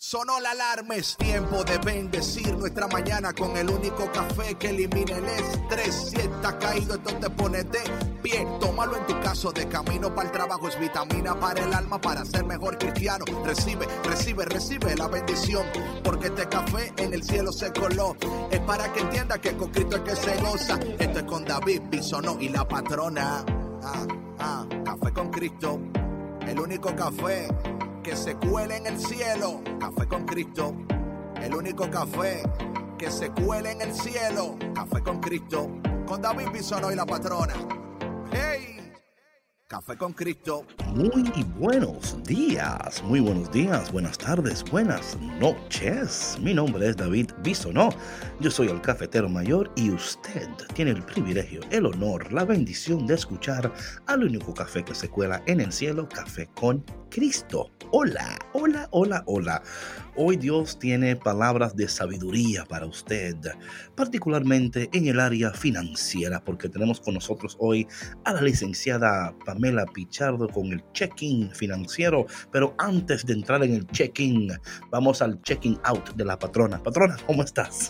Sonó la alarma, es tiempo de bendecir nuestra mañana con el único café que elimina el estrés. Si estás caído, entonces ponete pie. Tómalo en tu caso, de camino para el trabajo. Es vitamina para el alma, para ser mejor cristiano. Recibe la bendición, porque este café en el cielo se coló. Es para que entienda que con Cristo es que se goza. Esto es con David Bisonó y la patrona. Café con Cristo, el único café que se cuele en el cielo. Café con Cristo, el único café que se cuele en el cielo. Café con Cristo, con David Bisonó y la patrona. ¡Hey! Café con Cristo. Muy buenos días, buenas tardes, buenas noches. Mi nombre es David Bisonó. Yo soy el cafetero mayor y usted tiene el privilegio, el honor, la bendición de escuchar al único café que se cuela en el cielo, Café con Cristo. Hola. Hoy Dios tiene palabras de sabiduría para usted, particularmente en el área financiera, porque tenemos con nosotros hoy a la licenciada Pamela Pichardo con el check-in financiero. Pero antes de entrar en el check-in, vamos al checking out de la patrona. Patrona, ¿cómo estás?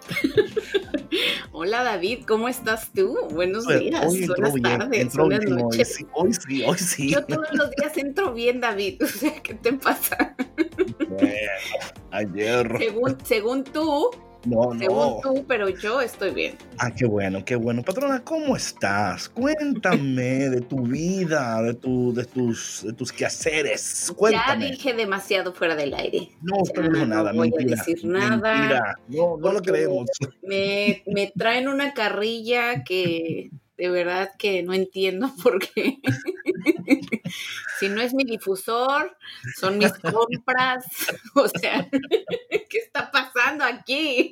Hola David, ¿cómo estás tú? Buenos días, buenas tardes, buenas noches. Hoy sí. Yo todos los días entro bien, David. O sea, ¿qué te pasa? Bueno, ayer. Según tú. Según tú, pero yo estoy bien. Qué bueno. Patrona, ¿cómo estás? Cuéntame de tu vida, de tus quehaceres. Cuéntame. Ya dije demasiado fuera del aire. No, usted no dijo nada. No voy a decir nada. Mentira. No lo creemos. Me traen una carrilla que de verdad que no entiendo por qué. Si no es mi difusor, son mis compras. O sea, ¿qué está pasando aquí?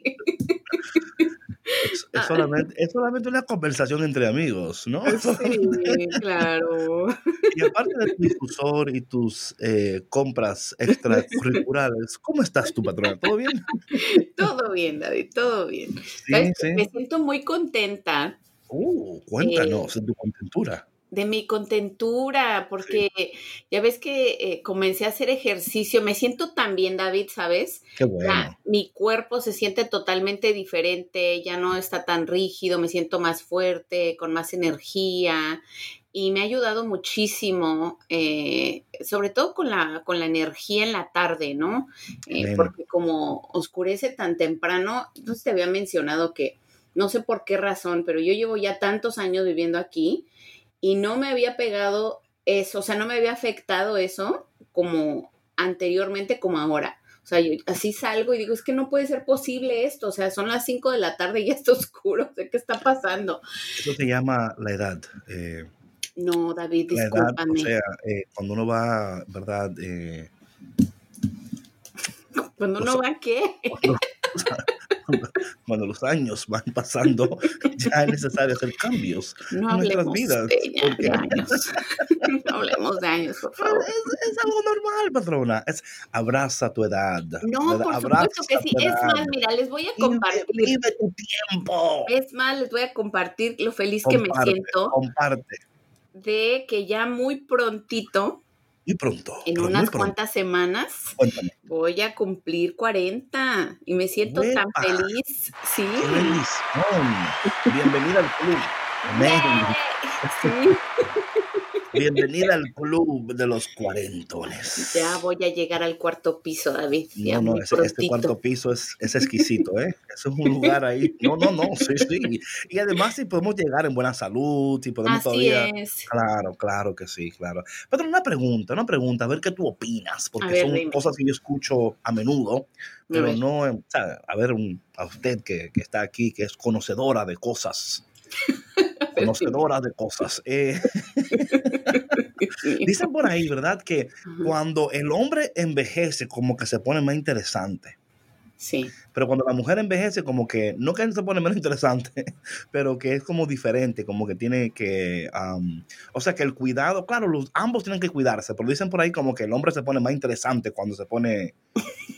Es solamente una conversación entre amigos, ¿no? Sí, claro. Y aparte de tu difusor y tus compras extracurriculares, ¿cómo estás tú, patrona? ¿Todo bien? Todo bien, David, todo bien. Sí, ¿Sabes? sí. Me siento muy contenta. Cuéntanos de tu contentura. De mi contentura, porque ya ves que comencé a hacer ejercicio. Me siento tan bien, David, ¿sabes? Qué bueno. Ya, mi cuerpo se siente totalmente diferente, ya no está tan rígido, me siento más fuerte, con más energía, y me ha ayudado muchísimo, sobre todo con la energía en la tarde, ¿no? Porque como oscurece tan temprano, entonces te había mencionado que no sé por qué razón, pero yo llevo ya tantos años viviendo aquí y no me había pegado eso, o sea, no me había afectado eso como anteriormente como ahora. O sea, yo así salgo y digo, es que no puede ser posible esto. O sea, son las 5 de la tarde y ya está oscuro. O sea, ¿qué está pasando? Eso se llama la edad. No, David, la discúlpame. Edad, o sea, cuando uno va, ¿verdad? ¿Cuando uno va qué? Cuando los años van pasando, ya es necesario hacer cambios en nuestras vidas. De años. No hablemos de años, por favor. Es algo normal, patrona. Abraza tu edad. No, por supuesto que sí. Es más, mira, les voy a compartir. Vive tu tiempo. Es más, les voy a compartir lo feliz que me siento. Comparte. De que ya muy prontito. Muy pronto. En unas cuantas semanas. Cuéntame. Voy a cumplir 40 y me siento tan feliz. Sí. Bienvenida al club. Sí. Bienvenida al club de los cuarentones. Ya voy a llegar al cuarto piso, David. Este cuarto piso es exquisito, ¿eh? Eso es un lugar ahí. No, sí. Y además si podemos llegar en buena salud, si podemos todavía. Es. Claro que sí, claro. Pero una pregunta, a ver qué tú opinas, porque son cosas que yo escucho a menudo, pero no, o sea, a usted que está aquí, que es conocedora de cosas. Dicen por ahí, ¿verdad? Que cuando el hombre envejece, como que se pone más interesante. Sí. Pero cuando la mujer envejece, como que no que se pone menos interesante, pero que es como diferente, como que tiene que, o sea, que el cuidado, claro, ambos tienen que cuidarse, pero dicen por ahí como que el hombre se pone más interesante cuando se pone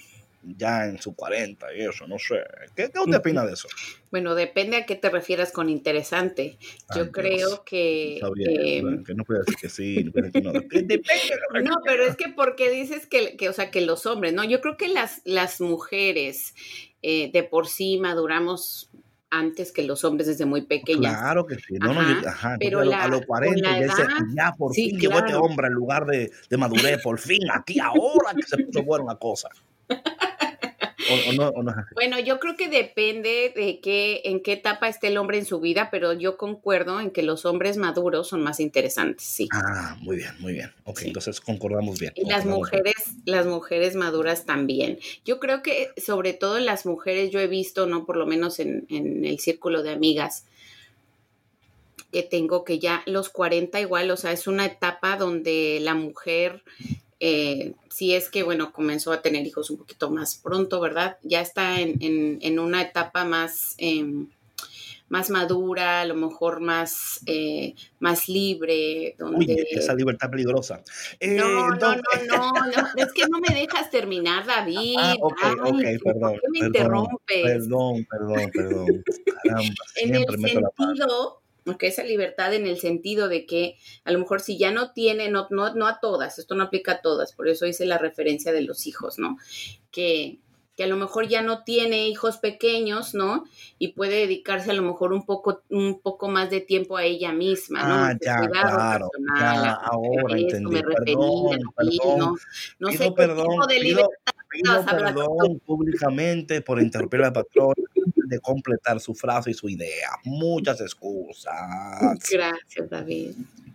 ya en sus 40 y eso, no sé. ¿Qué usted opina de eso? Bueno, depende a qué te refieras con interesante. Ay, Yo Dios. creo que... Está bien, bueno, que no puede decir que sí, no puede decir que no. Depende de lo que no, pero es que porque dices o sea, que los hombres, ¿no? Yo creo que las mujeres de por sí maduramos antes que los hombres desde muy pequeñas. claro que sí. No, no, Ajá, ajá. Entonces pero a los con 40 la ya dice, edad, ya por sí, fin llegó este claro. hombre al lugar de madurez, por fin, aquí ahora que se puso buena la cosa. O no es así. Bueno, yo creo que depende de en qué etapa esté el hombre en su vida, pero yo concuerdo en que los hombres maduros son más interesantes, sí, Ah, muy bien, muy bien. Ok, sí. entonces concordamos bien, Y concordamos bien. las mujeres maduras también. Yo creo que sobre todo en las mujeres yo he visto, no por lo menos en el círculo de amigas que tengo, que ya los 40 igual, o sea, es una etapa donde la mujer, si es que, bueno, comenzó a tener hijos un poquito más pronto, ¿verdad? Ya está en una etapa más... más madura, a lo mejor más libre, Uy, donde... esa libertad peligrosa. No, no, Entonces, no, no, no, es que no me dejas terminar, David. ok, ok, Ay, ¿por perdón, qué me perdón, interrumpes? perdón, perdón, perdón. Caramba, En el siempre meto la pata. sentido, porque esa libertad en el sentido de que a lo mejor si ya no tiene, no a todas, esto no aplica a todas, por eso hice la referencia de los hijos, ¿no? Que a lo mejor ya no tiene hijos pequeños, ¿no? Y puede dedicarse a lo mejor un poco más de tiempo a ella misma, ¿no? Ah, Más de ya, cuidado claro, personal, ya, a ahora eso me entendí. refería, Perdón, David, perdón. no sé Pido qué tipo perdón, de pido, libertad pido estabas hablando tú. perdón públicamente por interrumpir al patrón de completar su frase y su idea. Muchas excusas. Gracias, David.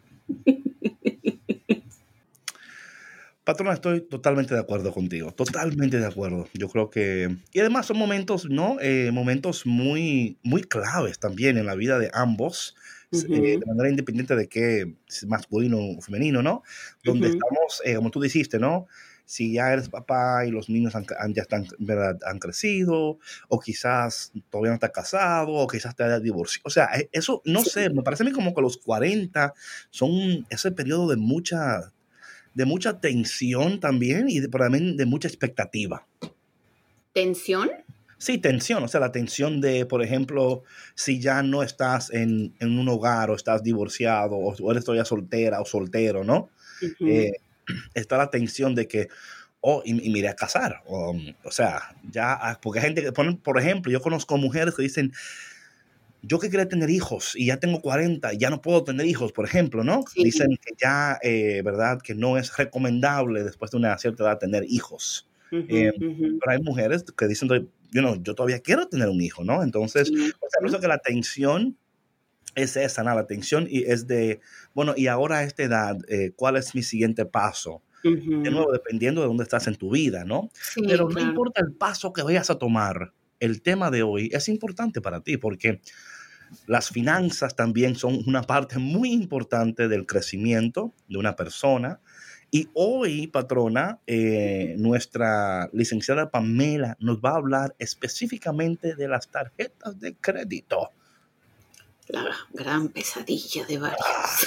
Patrona, estoy totalmente de acuerdo contigo, totalmente de acuerdo. Yo creo que... Y además son momentos, ¿no? Momentos muy, muy claves también en la vida de ambos, Ujú, de manera independiente de que es masculino o femenino, ¿no? Donde ujú. estamos, como tú dijiste, ¿no? Si ya eres papá y los niños ya están, ¿verdad? Han crecido, o quizás todavía no estás casado, o quizás te hayas divorciado. O sea, eso, no Sí. sé, me parece a mí como que los 40 son ese periodo de mucha tensión también pero también de mucha expectativa. ¿Tensión? Sí, tensión, o sea, la tensión de, por ejemplo, si ya no estás en un hogar o estás divorciado o eres todavía soltera o soltero, ¿no? Ujú. Eh, Está la tensión de que, oh, y me iré a casar. O sea, ya, porque hay gente que ponen, por ejemplo, yo conozco mujeres que dicen, yo que quería tener hijos y ya tengo 40 y ya no puedo tener hijos, por ejemplo, ¿no? Sí. Dicen que ya, ¿verdad? Que no es recomendable después de una cierta edad tener hijos. Ujú, Eh, ujú. pero hay mujeres que dicen, yo todavía quiero tener un hijo, ¿no? Entonces, Sí. o sea, por eso Ujú, que la tensión es esa, ¿no? La tensión y es de, bueno, y ahora a esta edad, ¿cuál es mi siguiente paso? De ujú. nuevo, dependiendo de dónde estás en tu vida, ¿no? Sí, Pero no claro. importa el paso que vayas a tomar, el tema de hoy es importante para ti porque las finanzas también son una parte muy importante del crecimiento de una persona. Y hoy, patrona, nuestra licenciada Pamela nos va a hablar específicamente de las tarjetas de crédito. La gran pesadilla de varios.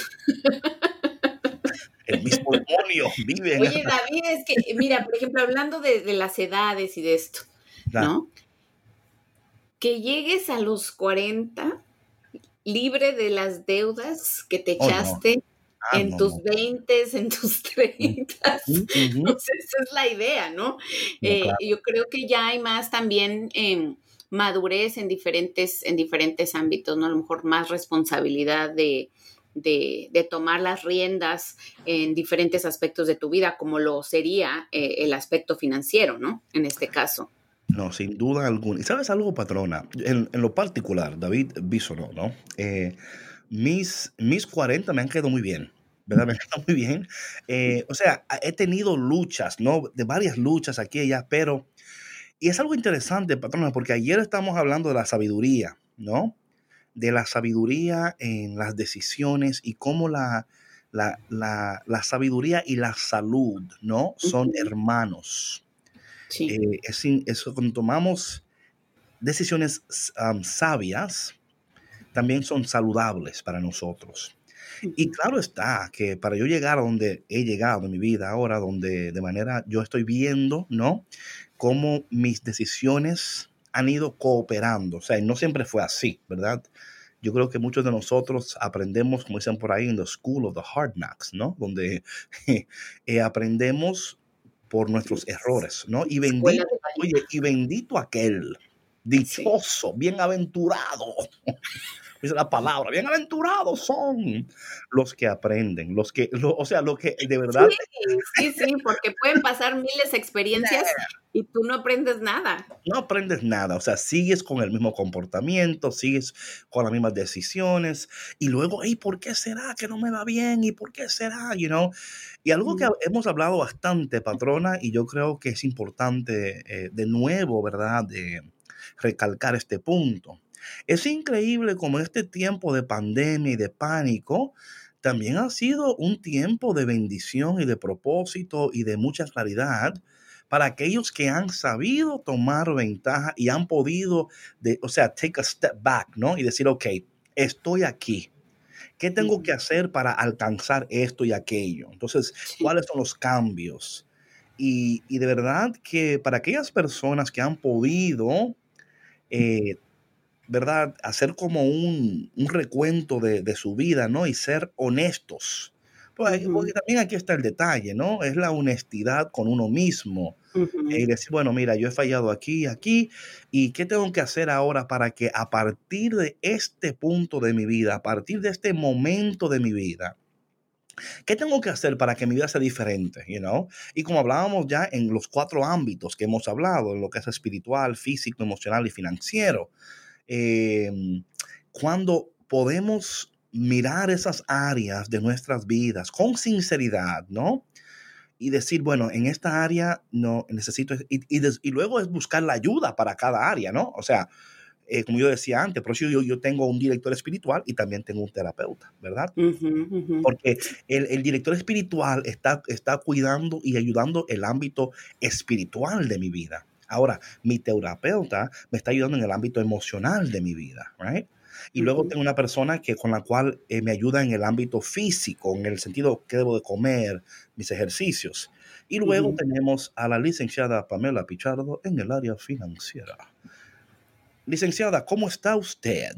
El mismo demonio vive en Oye, esta... David, es que, mira, por ejemplo, hablando de las edades y de esto, ¿no? Que llegues a los 40 libre de las deudas que te Oh, no. echaste Ah, en no, no. tus 20, en tus 30. Ujú, ujú. O sea, esa es la idea, ¿no? No, claro. Yo creo que ya hay más también madurez en diferentes ámbitos, ¿no? A lo mejor más responsabilidad de tomar las riendas en diferentes aspectos de tu vida, como lo sería el aspecto financiero, ¿no? En este caso. No, sin duda alguna. ¿Y sabes algo, patrona? En lo particular, David Bisonó, ¿no? Mis 40 me han quedado muy bien, ¿verdad? Me han quedado muy bien. O sea, he tenido luchas, ¿no? De varias luchas aquí y allá, pero... Y es algo interesante, patrona, porque ayer estamos hablando de la sabiduría, ¿no? De la sabiduría en las decisiones y cómo la sabiduría y la salud, ¿no? Son Ujú. hermanos. Sí. Eso, cuando tomamos decisiones sabias, también son saludables para nosotros. Y Ujú. claro está que para yo llegar a donde he llegado en mi vida ahora, donde de manera yo estoy viendo, ¿no? cómo mis decisiones han ido cooperando. O sea, no siempre fue así, ¿verdad? Yo creo que muchos de nosotros aprendemos, como dicen por ahí, en the school of the hard knocks, ¿no? Donde aprendemos por nuestros errores, ¿no? Escuela de Oye, y bendito aquel, sí. dichoso, bienaventurado, dice la palabra, bienaventurados son los que aprenden, o sea, los que de verdad Sí, porque pueden pasar miles de experiencias y tú no aprendes nada. no aprendes nada, o sea, sigues con el mismo comportamiento, sigues con las mismas decisiones y luego, ¿y por qué será que no me va bien? ¿Y por qué será? You know? Y algo que hemos hablado bastante, patrona, y yo creo que es importante de nuevo, ¿verdad? De recalcar este punto. Es increíble como este tiempo de pandemia y de pánico también ha sido un tiempo de bendición y de propósito y de mucha claridad para aquellos que han sabido tomar ventaja y han podido, o sea, take a step back, ¿no? Y decir, ok, estoy aquí. ¿Qué tengo que hacer para alcanzar esto y aquello? Entonces, ¿cuáles son los cambios? Y de verdad que para aquellas personas que han podido, ¿verdad? Hacer como un recuento de su vida, ¿no? Y ser honestos. Porque también aquí está el detalle, ¿no? Es la honestidad con uno mismo. Y decir, bueno, mira, yo he fallado aquí, aquí, ¿y qué tengo que hacer ahora para que a partir de este punto de mi vida, a partir de este momento de mi vida, ¿qué tengo que hacer para que mi vida sea diferente? You know? Y como hablábamos ya en los 4 ámbitos que hemos hablado, en lo que es espiritual, físico, emocional y financiero, cuando podemos mirar esas áreas de nuestras vidas con sinceridad, ¿no? Y decir, bueno, en esta área no necesito, y luego es buscar la ayuda para cada área, ¿no? O sea, como yo decía antes, por eso yo tengo un director espiritual y también tengo un terapeuta, ¿verdad? Porque el director espiritual está cuidando y ayudando el ámbito espiritual de mi vida. Ahora, mi terapeuta me está ayudando en el ámbito emocional de mi vida, right? Y luego tengo una persona con la cual me ayuda en el ámbito físico, en el sentido que debo de comer, mis ejercicios. Y luego tenemos a la licenciada Pamela Pichardo en el área financiera. Licenciada, ¿cómo está usted?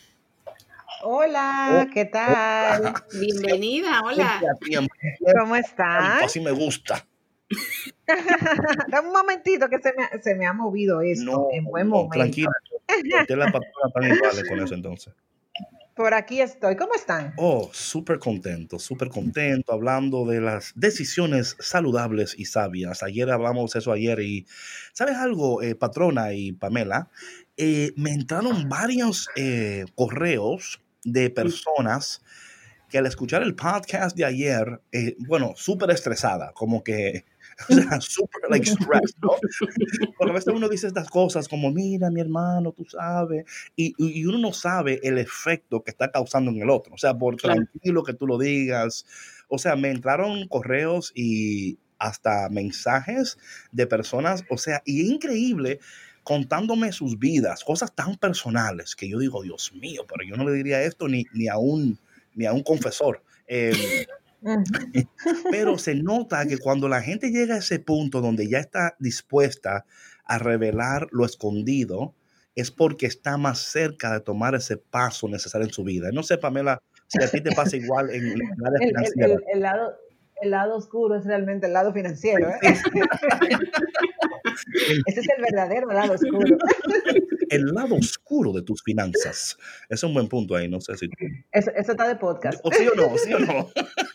Hola, ¿qué tal? Bienvenida, hola. ¿Cómo están? Así me gusta. Dame un momentito que se me ha movido esto en buen momento. Tranquila. Usted la patrona también vale con eso entonces. Por aquí estoy. ¿Cómo están? Oh, súper contento, hablando de las decisiones saludables y sabias. Ayer hablamos eso y ¿sabes algo, patrona y Pamela? Me entraron varios correos de personas que al escuchar el podcast de ayer, bueno, súper estresada, como que, o sea, súper like stressed, ¿no? Porque a veces uno dice estas cosas como, mira, mi hermano, tú sabes, y uno no sabe el efecto que está causando en el otro. O sea, por tranquilo que tú lo digas. O sea, me entraron correos y hasta mensajes de personas, o sea, y increíble, contándome sus vidas, cosas tan personales que yo digo, Dios mío, pero yo no le diría esto ni a un confesor. Pero se nota que cuando la gente llega a ese punto donde ya está dispuesta a revelar lo escondido, es porque está más cerca de tomar ese paso necesario en su vida. No sé, Pamela, si a ti te pasa igual en el área financiera. El lado oscuro es realmente el lado financiero, ¿eh? Ese es el verdadero lado oscuro. El lado oscuro de tus finanzas. Es un buen punto ahí, no sé si... Eso está de podcast. ¿O sí o no?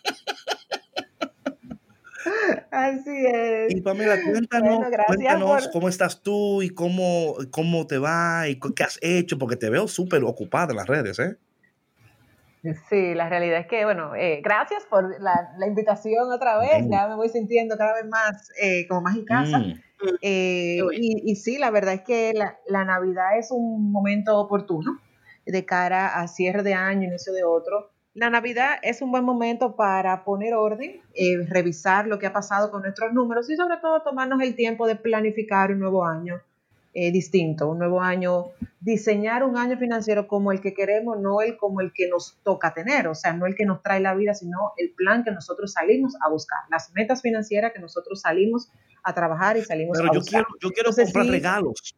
Así es. Y Pamela, cuéntanos cómo estás tú y cómo te va y qué has hecho, porque te veo súper ocupada en las redes, ¿eh? Sí, la realidad es que, bueno, gracias por la invitación otra vez, ya me voy sintiendo cada vez más como más en casa. Y sí, la verdad es que la Navidad es un momento oportuno de cara a cierre de año, inicio de otro. La Navidad es un buen momento para poner orden, revisar lo que ha pasado con nuestros números y sobre todo tomarnos el tiempo de planificar un nuevo año distinto, un nuevo año, diseñar un año financiero como el que queremos, no como el que nos toca tener, o sea, no el que nos trae la vida, sino el plan que nosotros salimos a buscar, las metas financieras que nosotros salimos a trabajar y salimos Pero a buscar. Yo quiero comprar regalos,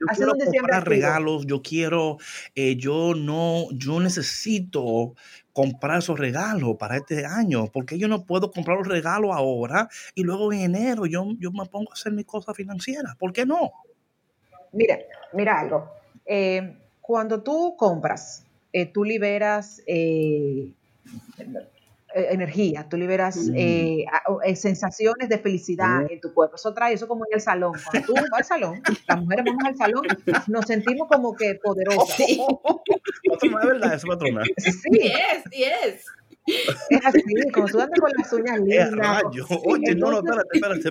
yo necesito comprar esos regalos para este año, porque yo no puedo comprar los regalos ahora y luego en enero yo me pongo a hacer mis cosas financieras. ¿Por qué no? Mira algo. Cuando tú compras, tú liberas energía, tú liberas sensaciones de felicidad en tu cuerpo. Eso como en el salón. Cuando tú vas al salón, las mujeres vamos al salón, nos sentimos como que poderosas. Sí. Patrona, ¿es verdad eso, patrona? Sí es. Es así, como tú andas con las uñas lindas. Oye, no, espérate.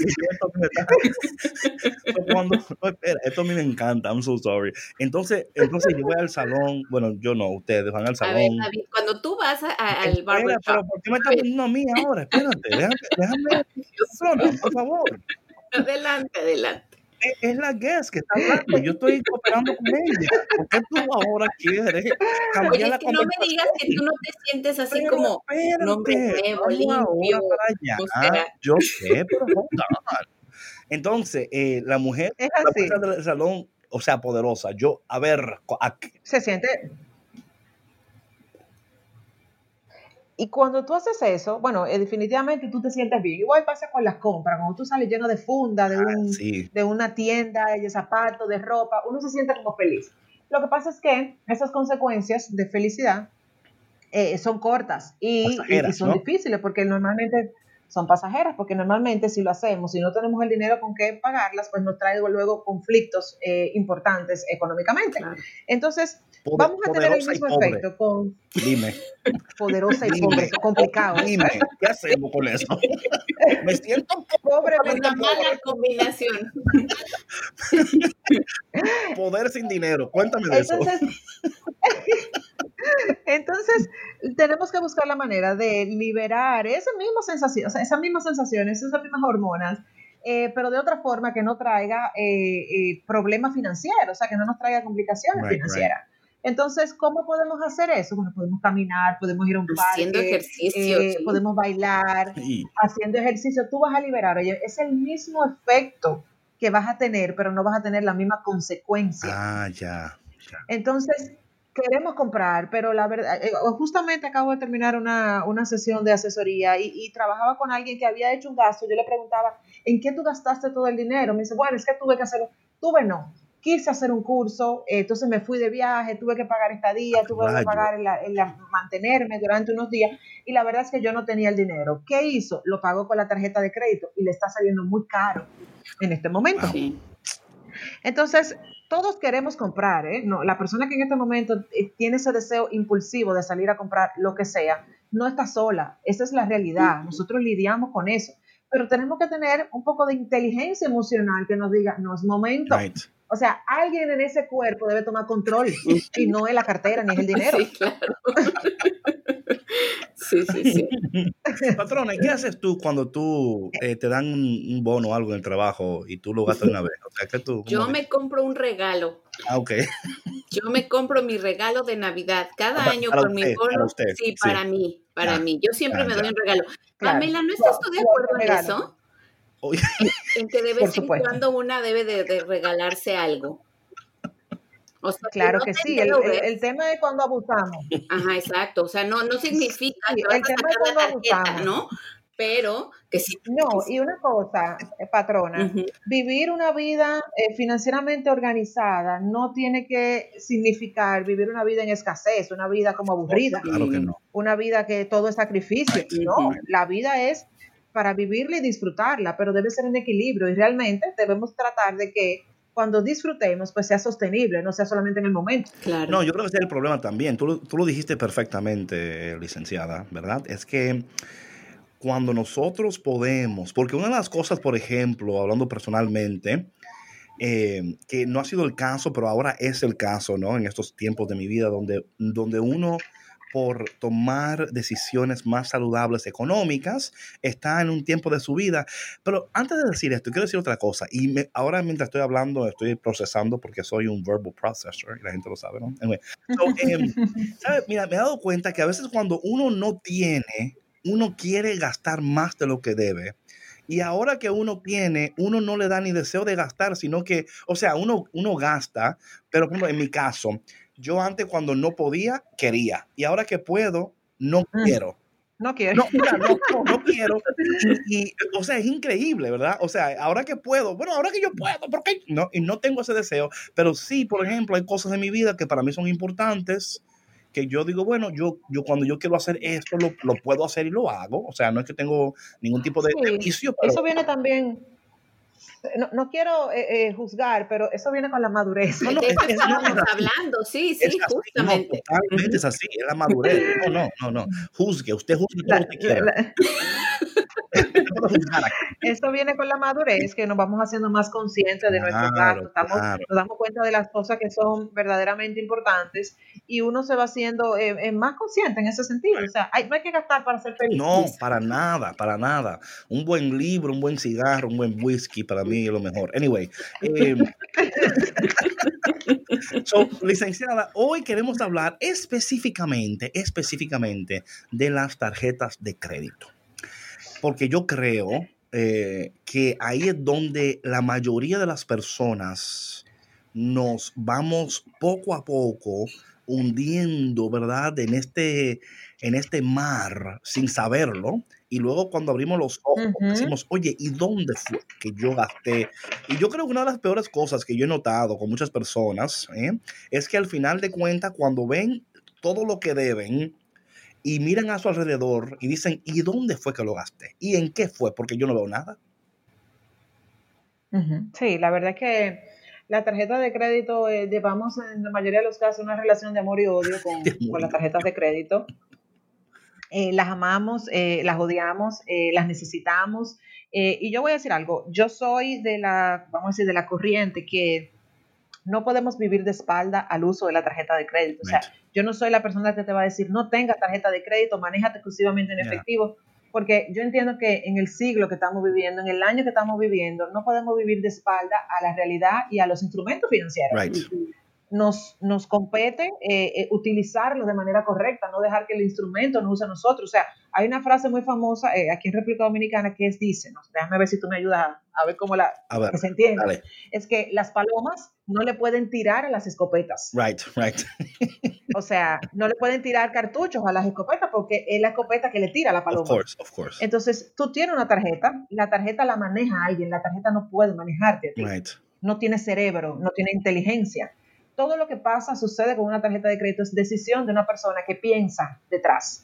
Esto a mí me encanta, I'm so sorry. Entonces yo voy al salón, bueno, yo no, ustedes van al salón. A ver, David, cuando tú vas al barbershop. Pero ¿por qué me estás poniendo a mí ahora? Espérate, déjame, patrona, por favor. Adelante. Es la guest que está hablando, yo estoy cooperando con ella. ¿Por qué tú ahora quieres cambiar la conversación? No me digas que tú no te sientes así como un hombre nuevo, limpio. Para allá. Yo sé, pero hold on. Entonces, la mujer del salón, o sea, poderosa. Se siente. Y cuando tú haces eso, bueno, definitivamente tú te sientes bien. Igual pasa con las compras. Cuando tú sales lleno de funda, de una tienda, de zapatos, de ropa, uno se siente como feliz. Lo que pasa es que esas consecuencias de felicidad son cortas y son difíciles porque normalmente son pasajeras, porque normalmente si lo hacemos, si no tenemos el dinero con qué pagarlas, pues nos trae luego conflictos importantes económicamente. Claro. Entonces, vamos a tener el mismo efecto con... Dime. Poderosa y pobre, complicado. Dime, ¿qué hacemos con eso? Me siento pobre. Una mala combinación. Poder sin dinero, cuéntame de eso. Entonces, tenemos que buscar la manera de liberar esas mismas sensaciones, esas mismas hormonas, pero de otra forma que no traiga problemas financieros, o sea, que no nos traiga complicaciones financieras. Right. Entonces, ¿cómo podemos hacer eso? Bueno, podemos caminar, podemos ir a un parque. Haciendo ejercicio. Sí. Podemos bailar, haciendo ejercicio. Tú vas a liberar, oye, es el mismo efecto que vas a tener, pero no vas a tener la misma consecuencia. Ya. Entonces, queremos comprar, pero la verdad, justamente acabo de terminar una sesión de asesoría y trabajaba con alguien que había hecho un gasto. Yo le preguntaba, ¿en qué tú gastaste todo el dinero? Me dice, bueno, es que tuve que hacerlo. Quise hacer un curso, entonces me fui de viaje, tuve que pagar estadía, tuve que pagar mantenerme durante unos días, y la verdad es que yo no tenía el dinero. ¿Qué hizo? Lo pagó con la tarjeta de crédito y le está saliendo muy caro en este momento. Sí. Entonces, todos queremos comprar, No, la persona que en este momento tiene ese deseo impulsivo de salir a comprar lo que sea, no está sola, esa es la realidad, nosotros lidiamos con eso, pero tenemos que tener un poco de inteligencia emocional que nos diga, no es momento. Right. O sea, alguien en ese cuerpo debe tomar control y no es la cartera ni es el dinero. Sí, claro. Sí. Patrona, ¿qué haces tú cuando tú te dan un bono o algo en el trabajo y tú lo gastas una vez? O sea, ¿qué tú? Yo me compro un regalo. Ok. Yo me compro mi regalo de Navidad cada año por mi bono. Sí, para mí. Yo siempre me doy un regalo. Claro. Pamela, ¿no estás tú de acuerdo en eso? En que de vez en cuando una debe de regalarse algo. O sea, claro que sí, el tema es cuando abusamos. Ajá, exacto. O sea, no significa que vas a sacar la tarjeta, ¿no? Pero que sí. No, y una cosa, patrona, vivir una vida financieramente organizada no tiene que significar vivir una vida en escasez, una vida como aburrida. Claro que no. Una vida que todo es sacrificio. No, la vida es para vivirla y disfrutarla, pero debe ser en equilibrio y realmente debemos tratar de que cuando disfrutemos, pues sea sostenible, no sea solamente en el momento. Claro. No, yo creo que ese es el problema también. Tú lo dijiste perfectamente, licenciada, ¿verdad? Es que cuando nosotros podemos, porque una de las cosas, por ejemplo, hablando personalmente, que no ha sido el caso, pero ahora es el caso, ¿no? En estos tiempos de mi vida donde uno por tomar decisiones más saludables económicas, está en un tiempo de su vida. Pero antes de decir esto, quiero decir otra cosa. Y ahora mientras estoy hablando, estoy procesando porque soy un verbal processor y la gente lo sabe, ¿no? Anyway, ¿sabes? Mira, me he dado cuenta que a veces cuando uno no tiene, uno quiere gastar más de lo que debe. Y ahora que uno tiene, uno no le da ni deseo de gastar, sino que, o sea, uno gasta, pero por ejemplo, en mi caso, yo antes cuando no podía, quería. Y ahora que puedo, no quiero. No quiero. No quiero. Y, o sea, es increíble, ¿verdad? O sea, ahora que puedo, bueno, ahora que yo puedo, ¿por qué? No, y no tengo ese deseo. Pero sí, por ejemplo, hay cosas en mi vida que para mí son importantes, que yo digo, bueno, yo cuando yo quiero hacer esto, lo puedo hacer y lo hago. O sea, no es que tengo ningún tipo de vicio. Pero eso viene también... No quiero juzgar, pero eso viene con la madurez. No, estamos hablando, sí, justamente. No, totalmente es así, es la madurez. No. Juzgue, usted juzgue todo lo que quiera. Eso viene con la madurez, que nos vamos haciendo más conscientes de nuestros gastos, nos damos cuenta de las cosas que son verdaderamente importantes y uno se va haciendo más consciente en ese sentido. O sea, no hay que gastar para ser feliz. No, para nada. Un buen libro, un buen cigarro, un buen whisky, para mí es lo mejor. Anyway. Licenciada, hoy queremos hablar específicamente de las tarjetas de crédito. Porque yo creo que ahí es donde la mayoría de las personas nos vamos poco a poco hundiendo, ¿verdad? En este mar sin saberlo. Y luego cuando abrimos los ojos decimos, oye, ¿y dónde fue que yo gasté? Y yo creo que una de las peores cosas que yo he notado con muchas personas es que al final de cuentas, cuando ven todo lo que deben, y miran a su alrededor y dicen, ¿y dónde fue que lo gasté? ¿Y en qué fue? Porque yo no veo nada. Sí, la verdad es que la tarjeta de crédito, llevamos en la mayoría de los casos una relación de amor y odio con las tarjetas de crédito. Las amamos, las odiamos, las necesitamos. Y yo voy a decir algo, yo soy de la corriente que no podemos vivir de espalda al uso de la tarjeta de crédito. O sea, yo no soy la persona que te va a decir, no tengas tarjeta de crédito, manéjate exclusivamente en efectivo, porque yo entiendo que en el siglo que estamos viviendo, en el año que estamos viviendo, no podemos vivir de espalda a la realidad y a los instrumentos financieros. Nos compete utilizarlos de manera correcta, no dejar que el instrumento nos use a nosotros. O sea, hay una frase muy famosa aquí en República Dominicana que dice, déjame ver si tú me ayudas a ver cómo que se entiende. Dale. Es que las palomas no le pueden tirar a las escopetas. Right. O sea, no le pueden tirar cartuchos a las escopetas porque es la escopeta que le tira a la paloma. Of course. Entonces, tú tienes una tarjeta, la tarjeta la maneja alguien, la tarjeta no puede manejarte a ti. Right. No tiene cerebro, no tiene inteligencia. Todo lo que pasa, sucede con una tarjeta de crédito, es decisión de una persona que piensa detrás.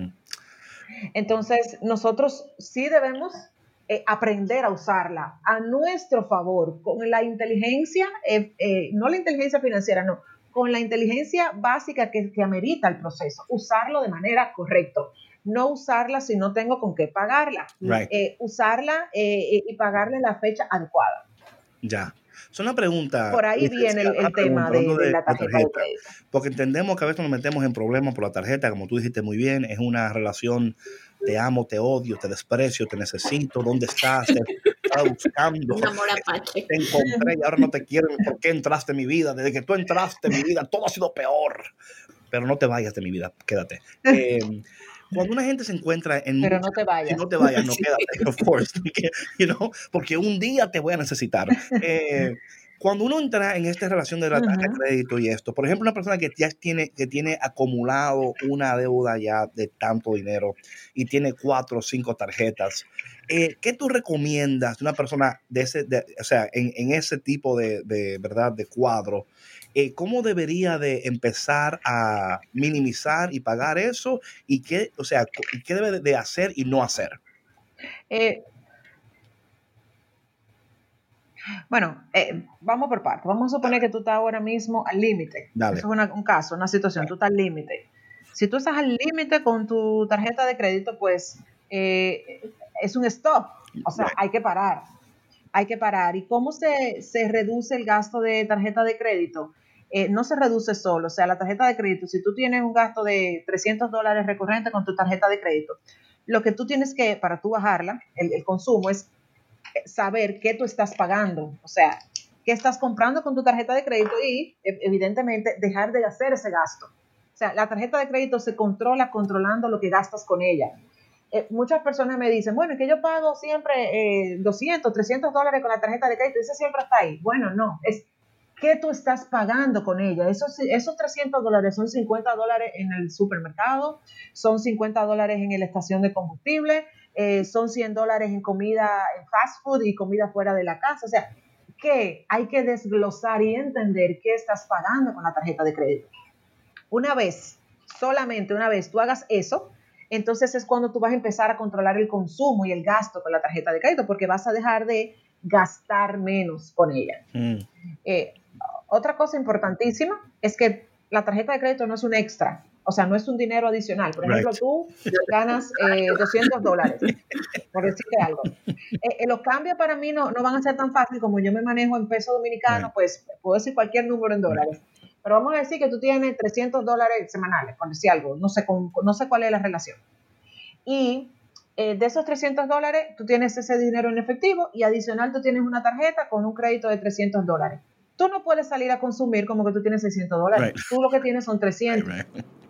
Entonces, nosotros sí debemos aprender a usarla a nuestro favor, con la inteligencia, no la inteligencia financiera, no, con la inteligencia básica que amerita el proceso, usarlo de manera correcta. No usarla si no tengo con qué pagarla. Right. Usarla y pagarle la fecha adecuada. Ya. Es una pregunta. Por ahí viene el tema de la tarjeta de crédito. Porque entendemos que a veces nos metemos en problemas por la tarjeta, como tú dijiste muy bien, es una relación, te amo, te odio, te desprecio, te necesito, ¿dónde estás? Te estaba buscando. Un amor apache. Te encontré y ahora no te quiero. ¿Por qué entraste en mi vida? Desde que tú entraste en mi vida, todo ha sido peor. Pero no te vayas de mi vida, quédate. Cuando una gente se encuentra en... Pero no te vayas. Si no te vayas, no quédate, of course. Porque un día te voy a necesitar. Cuando uno entra en esta relación de la tarjeta de crédito y esto, por ejemplo, una persona que ya tiene acumulado una deuda ya de tanto dinero y tiene 4 o 5 tarjetas, ¿qué tú recomiendas de una persona en ese tipo de verdad de cuadro? ¿Cómo debería de empezar a minimizar y pagar eso? ¿Y qué debe de hacer y no hacer? Vamos por partes. Vamos a suponer que tú estás ahora mismo al límite. Eso es un caso, una situación. Tú estás al límite. Si tú estás al límite con tu tarjeta de crédito, pues es un stop. O sea, hay que parar. ¿Y cómo se reduce el gasto de tarjeta de crédito? no se reduce solo. O sea, la tarjeta de crédito, si tú tienes un gasto de $300 recurrente con tu tarjeta de crédito, lo que tú tienes que, para tú bajarla, el consumo, es saber qué tú estás pagando. O sea, qué estás comprando con tu tarjeta de crédito y, evidentemente, dejar de hacer ese gasto. O sea, la tarjeta de crédito se controla controlando lo que gastas con ella. Muchas personas me dicen, bueno, es que yo pago siempre $200, $300 con la tarjeta de crédito, ese siempre está ahí. Bueno, no, es qué tú estás pagando con ella. Esos $300 son $50 en el supermercado, son $50 en la estación de combustible, son $100 en comida, en fast food y comida fuera de la casa. O sea, que hay que desglosar y entender qué estás pagando con la tarjeta de crédito. Solamente una vez tú hagas eso, entonces es cuando tú vas a empezar a controlar el consumo y el gasto con la tarjeta de crédito, porque vas a dejar de gastar menos con ella. Otra cosa importantísima es que la tarjeta de crédito no es un extra, o sea, no es un dinero adicional. Por ejemplo, tú ganas $200, por decirte algo. Los cambios para mí no van a ser tan fáciles como yo me manejo en peso dominicano, pues puedo decir cualquier número en dólares. Pero vamos a decir que tú tienes $300 semanales, por decir algo, no sé cuál es la relación. Y de esos $300, tú tienes ese dinero en efectivo y adicional tú tienes una tarjeta con un crédito de $300. Tú no puedes salir a consumir como que tú tienes $600. Right. Tú lo que tienes son 300. Right.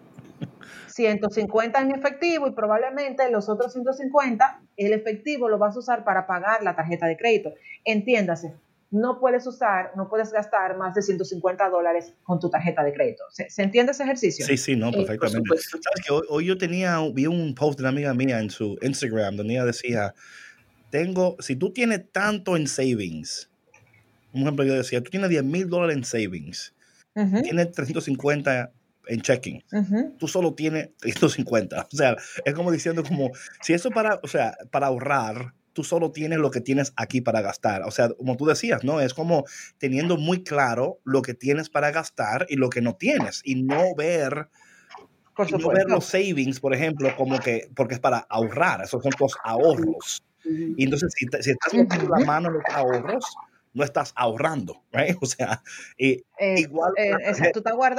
150 en efectivo y probablemente los otros 150, el efectivo lo vas a usar para pagar la tarjeta de crédito. Entiéndase, no puedes gastar más de $150 con tu tarjeta de crédito. ¿Se entiende ese ejercicio? Sí, no, perfectamente. ¿Sabes que hoy yo vi un post de una amiga mía en su Instagram donde ella decía, si tú tienes tanto en savings, un ejemplo, yo decía, tú tienes $10,000 en savings, tienes 350 en checking, tú solo tienes 350. O sea, es como diciendo si eso para ahorrar, tú solo tienes lo que tienes aquí para gastar. O sea, como tú decías, ¿no? Es como teniendo muy claro lo que tienes para gastar y lo que no tienes. Y no ver los savings, por ejemplo, porque es para ahorrar. Esos son tus ahorros. Y entonces, si estás metiendo la mano en los ahorros, no estás ahorrando, ¿right? O sea, igual... tú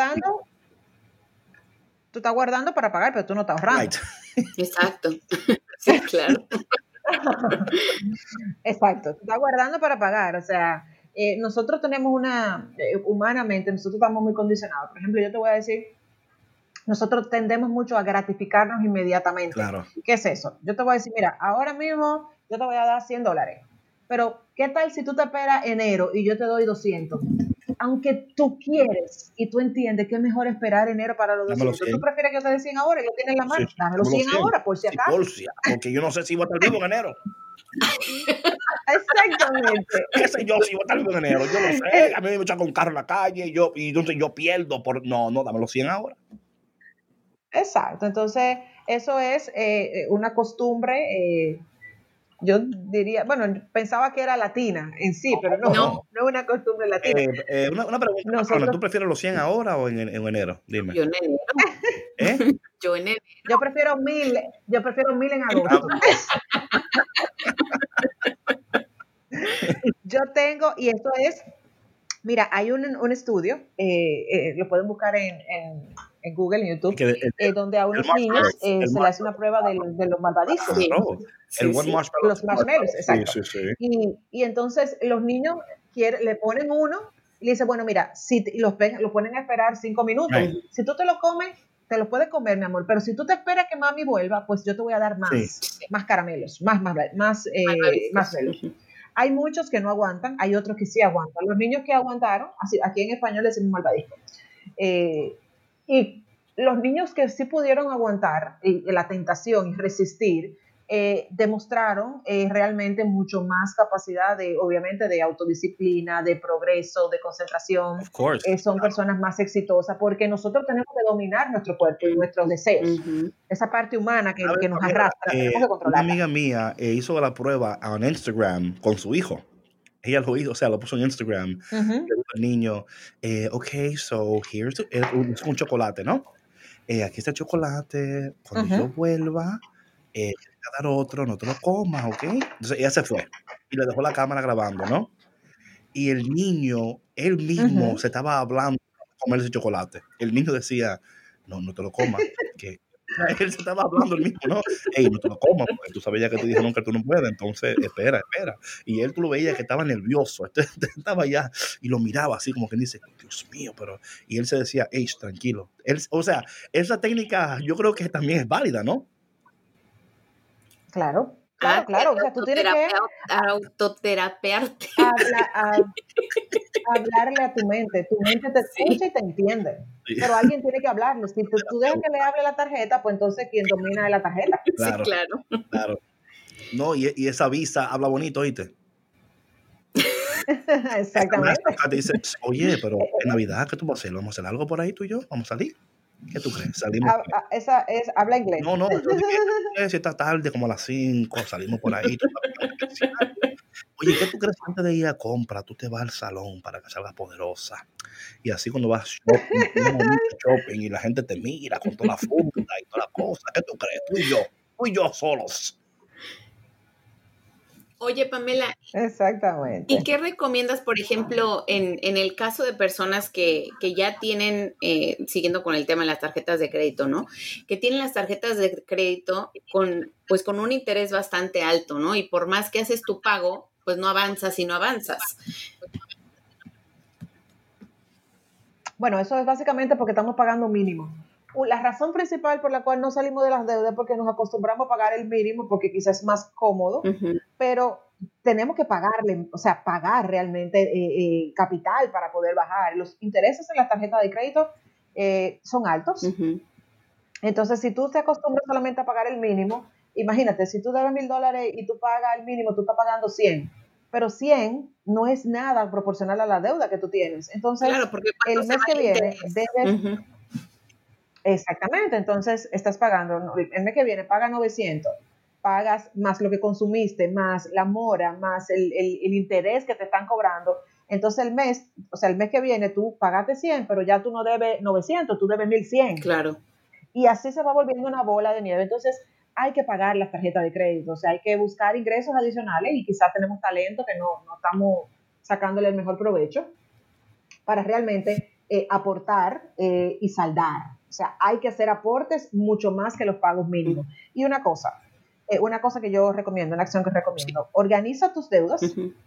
estás guardando para pagar, pero tú no estás ahorrando. Right. Exacto. Sí, claro. Exacto, tú estás guardando para pagar. O sea, nosotros tenemos humanamente, nosotros estamos muy condicionados. Por ejemplo, yo te voy a decir, nosotros tendemos mucho a gratificarnos inmediatamente. Claro. ¿Qué es eso? Yo te voy a decir, mira, ahora mismo yo te voy a dar $100. Pero, ¿qué tal si tú te esperas enero y yo te doy 200? Aunque tú quieres y tú entiendes que es mejor esperar enero para los 200, ¿tú prefieres que yo te dé 100 ahora y yo tengo en la mano? Sí, dámelo 100 ahora, por si acaso. Porque yo no sé si voy a estar vivo en enero. Exactamente. ¿Qué sé yo si voy a estar vivo en enero? Yo no sé. A mí me echan con un carro en la calle y entonces yo pierdo. No, dámelo 100 ahora. Exacto. Entonces, eso es una costumbre... yo diría, pensaba que era latina en sí, pero no es una costumbre latina. Una pregunta, ¿tú prefieres los 100 ahora o en enero? Dime. Yo en enero. Yo en enero. Yo prefiero 1,000 en agosto. Yo tengo, y esto es, mira, hay un estudio, lo pueden buscar en Google, en YouTube, donde a unos niños se le hace una prueba de los malvadiscos. Los marshmallows, exacto. Sí. Y entonces los niños le ponen uno y le dicen, bueno, mira, lo ponen a esperar 5 minutos. Right. Si tú te lo comes, te lo puedes comer, mi amor, pero si tú te esperas que mami vuelva, pues yo te voy a dar más caramelos, más marshmallows. Hay muchos que no aguantan, hay otros que sí aguantan. Los niños que aguantaron, aquí en español le decimos malvadisco. Y los niños que sí pudieron aguantar la tentación y resistir, demostraron realmente mucho más capacidad obviamente de autodisciplina, de progreso, de concentración. Son personas más exitosas porque nosotros tenemos que dominar nuestro cuerpo y nuestros deseos. Esa parte humana que nos arrastra, tenemos que controlarla. Una amiga mía hizo la prueba en Instagram con su hijo. Ella lo hizo, o sea, lo puso en Instagram. Le dijo al niño, so here's es un chocolate, ¿no? Aquí está el chocolate. Cuando yo vuelva, te voy a dar otro, no te lo comas, ¿ok? Entonces ella se fue y le dejó la cámara grabando, ¿no? Y el niño, él mismo se estaba hablando comer ese chocolate. El niño decía, no te lo comas, que él se estaba hablando el mismo, ¿no? Ey, no te lo comas, porque tú sabías que te dijeron que tú no puedes, entonces espera. Y él tú lo veías que estaba nervioso, estaba ya, y lo miraba así como que dice, Dios mío, pero... Y él se decía, ey, tranquilo. O sea, esa técnica yo creo que también es válida, ¿no? Claro. O sea, tú tienes que autoterapearte. Hablarle a tu mente. Tu mente te escucha y te entiende. Sí. Pero alguien tiene que hablarle. Si tú dejas que le hable la tarjeta, pues entonces quien domina es la tarjeta. Claro, sí, claro. No, y esa visa habla bonito, ¿oíste? Exactamente. Te dice, oye, pero en Navidad, ¿qué tú vas a hacer? ¿Vamos a hacer algo por ahí tú y yo? ¿Vamos a salir? ¿Qué tú crees? Salimos. Esa habla inglés. No, si esta tarde, como a las 5, salimos por ahí. Oye, ¿qué tú crees? Antes de ir a compra, tú te vas al salón para que salgas poderosa. Y así cuando vas shopping y la gente te mira con toda la funda y toda la cosa. ¿Qué tú crees? Tú y yo solos. Oye, Pamela. Exactamente. ¿Y qué recomiendas, por ejemplo, en el caso de personas que ya tienen, siguiendo con el tema de las tarjetas de crédito, ¿no? Que tienen las tarjetas de crédito con un interés bastante alto, ¿no? Y por más que haces tu pago, pues no avanzas y no avanzas. Bueno, eso es básicamente porque estamos pagando mínimo. La razón principal por la cual no salimos de las deudas es porque nos acostumbramos a pagar el mínimo porque quizás es más cómodo, pero tenemos que pagarle, o sea, pagar realmente capital para poder bajar. Los intereses en las tarjetas de crédito son altos. Entonces, si tú te acostumbras solamente a pagar el mínimo, imagínate, si tú debes $1,000 y tú pagas el mínimo, tú estás pagando 100. Pero 100 no es nada proporcional a la deuda que tú tienes. Entonces, claro, porque el mes que viene debes... Exactamente, entonces estás pagando, el mes que viene paga 900, pagas más lo que consumiste, más la mora, más el interés que te están cobrando. Entonces el mes que viene tú pagaste 100, pero ya tú no debes 900, tú debes 1,100. Claro. Y así se va volviendo una bola de nieve. Entonces hay que pagar las tarjetas de crédito, o sea, hay que buscar ingresos adicionales y quizás tenemos talento que no estamos sacándole el mejor provecho para realmente aportar y saldar. O sea, hay que hacer aportes mucho más que los pagos mínimos. Y una cosa que yo recomiendo, una acción que recomiendo, organiza tus deudas.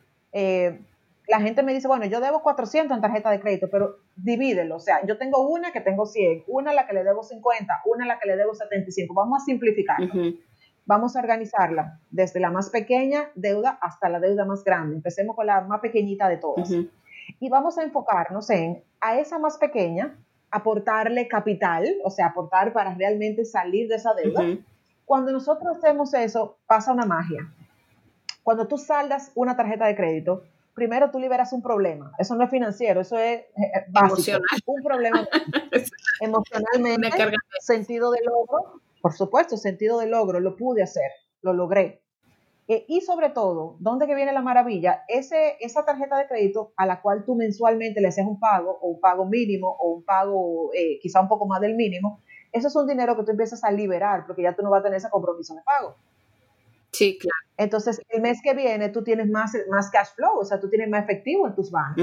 La gente me dice, bueno, yo debo 400 en tarjeta de crédito, pero divídelo. O sea, yo tengo una que tengo 100, una a la que le debo 50, una a la que le debo 75. Vamos a simplificarlo. Vamos a organizarla desde la más pequeña deuda hasta la deuda más grande. Empecemos con la más pequeñita de todas. Y vamos a enfocarnos a esa más pequeña, aportarle capital, o sea, aportar para realmente salir de esa deuda. Cuando nosotros hacemos eso, pasa una magia. Cuando tú saldas una tarjeta de crédito, primero tú liberas un problema. Eso no es financiero, eso es básico. Emocional. Un problema emocionalmente, sentido de logro. Por supuesto, sentido de logro, lo pude hacer, lo logré. Y sobre todo, ¿dónde que viene la maravilla? Esa tarjeta de crédito a la cual tú mensualmente le haces un pago, o un pago mínimo, o un pago quizá un poco más del mínimo, eso es un dinero que tú empiezas a liberar, porque ya tú no vas a tener ese compromiso de pago. Sí, claro. Entonces, el mes que viene tú tienes más cash flow, o sea, tú tienes más efectivo en tus bancos.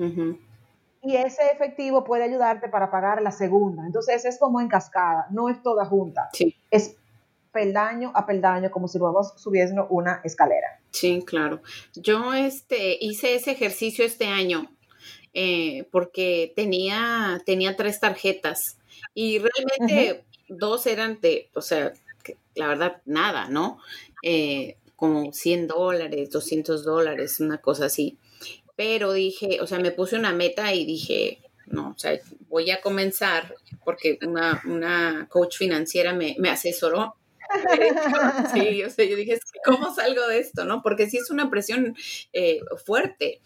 Y ese efectivo puede ayudarte para pagar la segunda. Entonces, es como en cascada, no es toda junta. Sí. Es peldaño a peldaño, como si vamos subiendo una escalera. Sí, claro. Yo hice ese ejercicio este año porque tenía 3 tarjetas y realmente 2 eran la verdad, nada, ¿no? Como $100, $200, una cosa así. Pero dije, o sea, me puse una meta y dije, no, o sea, voy a comenzar porque una coach financiera me asesoró. Sí, o sea, yo dije, ¿cómo salgo de esto, no? Porque sí es una presión fuerte.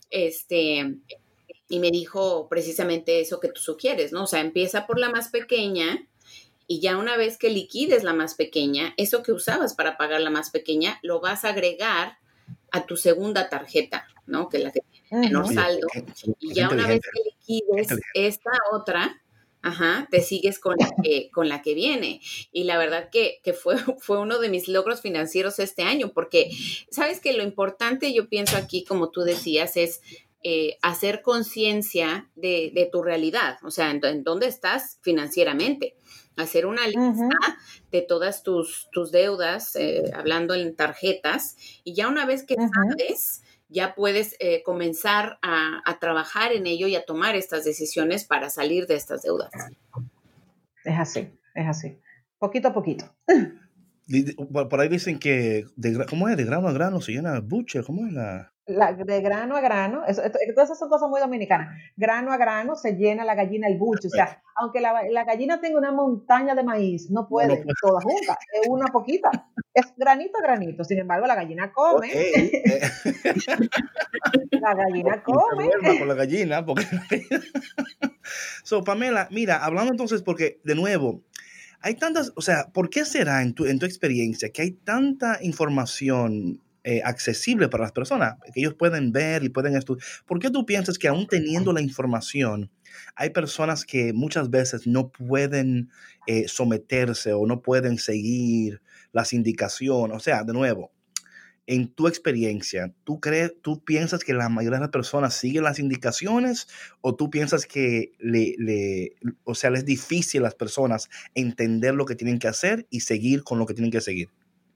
Y me dijo precisamente eso que tú sugieres, ¿no? O sea, empieza por la más pequeña y ya una vez que liquides la más pequeña, eso que usabas para pagar la más pequeña, lo vas a agregar a tu segunda tarjeta, ¿no? Que es la que tiene menor saldo. Y ya una vez que liquides esta otra, te sigues con la que viene. Y la verdad que fue uno de mis logros financieros este año, porque sabes que lo importante, yo pienso aquí, como tú decías, es hacer conciencia de tu realidad, o sea, en dónde estás financieramente. Hacer una lista de todas tus deudas, hablando en tarjetas, y ya una vez que sabes, ya puedes comenzar a trabajar en ello y a tomar estas decisiones para salir de estas deudas. Es así. Poquito a poquito. Por ahí dicen que, ¿cómo es? De grano a grano se llena el buche, ¿cómo es de grano a grano, esas son cosas muy dominicanas. Grano a grano se llena la gallina el buche. O sea, aunque la gallina tenga una montaña de maíz, no puede toda junta, es una poquita. Es granito a granito. Sin embargo, la gallina come. Okay. La gallina come. Con la gallina, porque... So, Pamela, mira, hablando entonces, porque, de nuevo, hay tantas, o sea, ¿por qué será en tu experiencia que hay tanta información accesible para las personas, que ellos pueden ver y pueden estudiar? ¿Por qué tú piensas que aún teniendo la información, hay personas que muchas veces no pueden someterse o no pueden seguir las indicaciones? O sea, de nuevo, en tu experiencia, ¿tú piensas que la mayoría de las personas siguen las indicaciones o tú piensas que o sea, les es difícil a las personas entender lo que tienen que hacer y seguir con lo que tienen que seguir?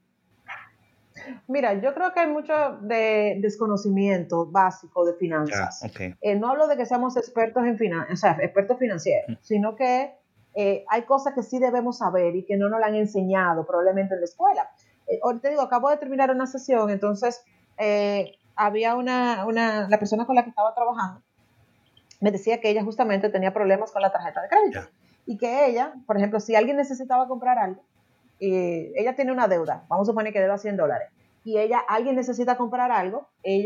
Mira, yo creo que hay mucho de desconocimiento básico de finanzas. Okay. No hablo de que seamos expertos en finanzas, o sea, expertos financieros, sino que hay cosas que sí debemos saber y que no nos la han enseñado probablemente en la escuela. Ahorita digo, acabo de terminar una sesión, entonces había la persona con la que estaba trabajando me decía que ella justamente tenía problemas con la tarjeta de crédito y que ella, por ejemplo, si alguien necesitaba comprar algo, ella tiene una deuda, vamos a suponer que deba $100 y alguien necesita comprar algo,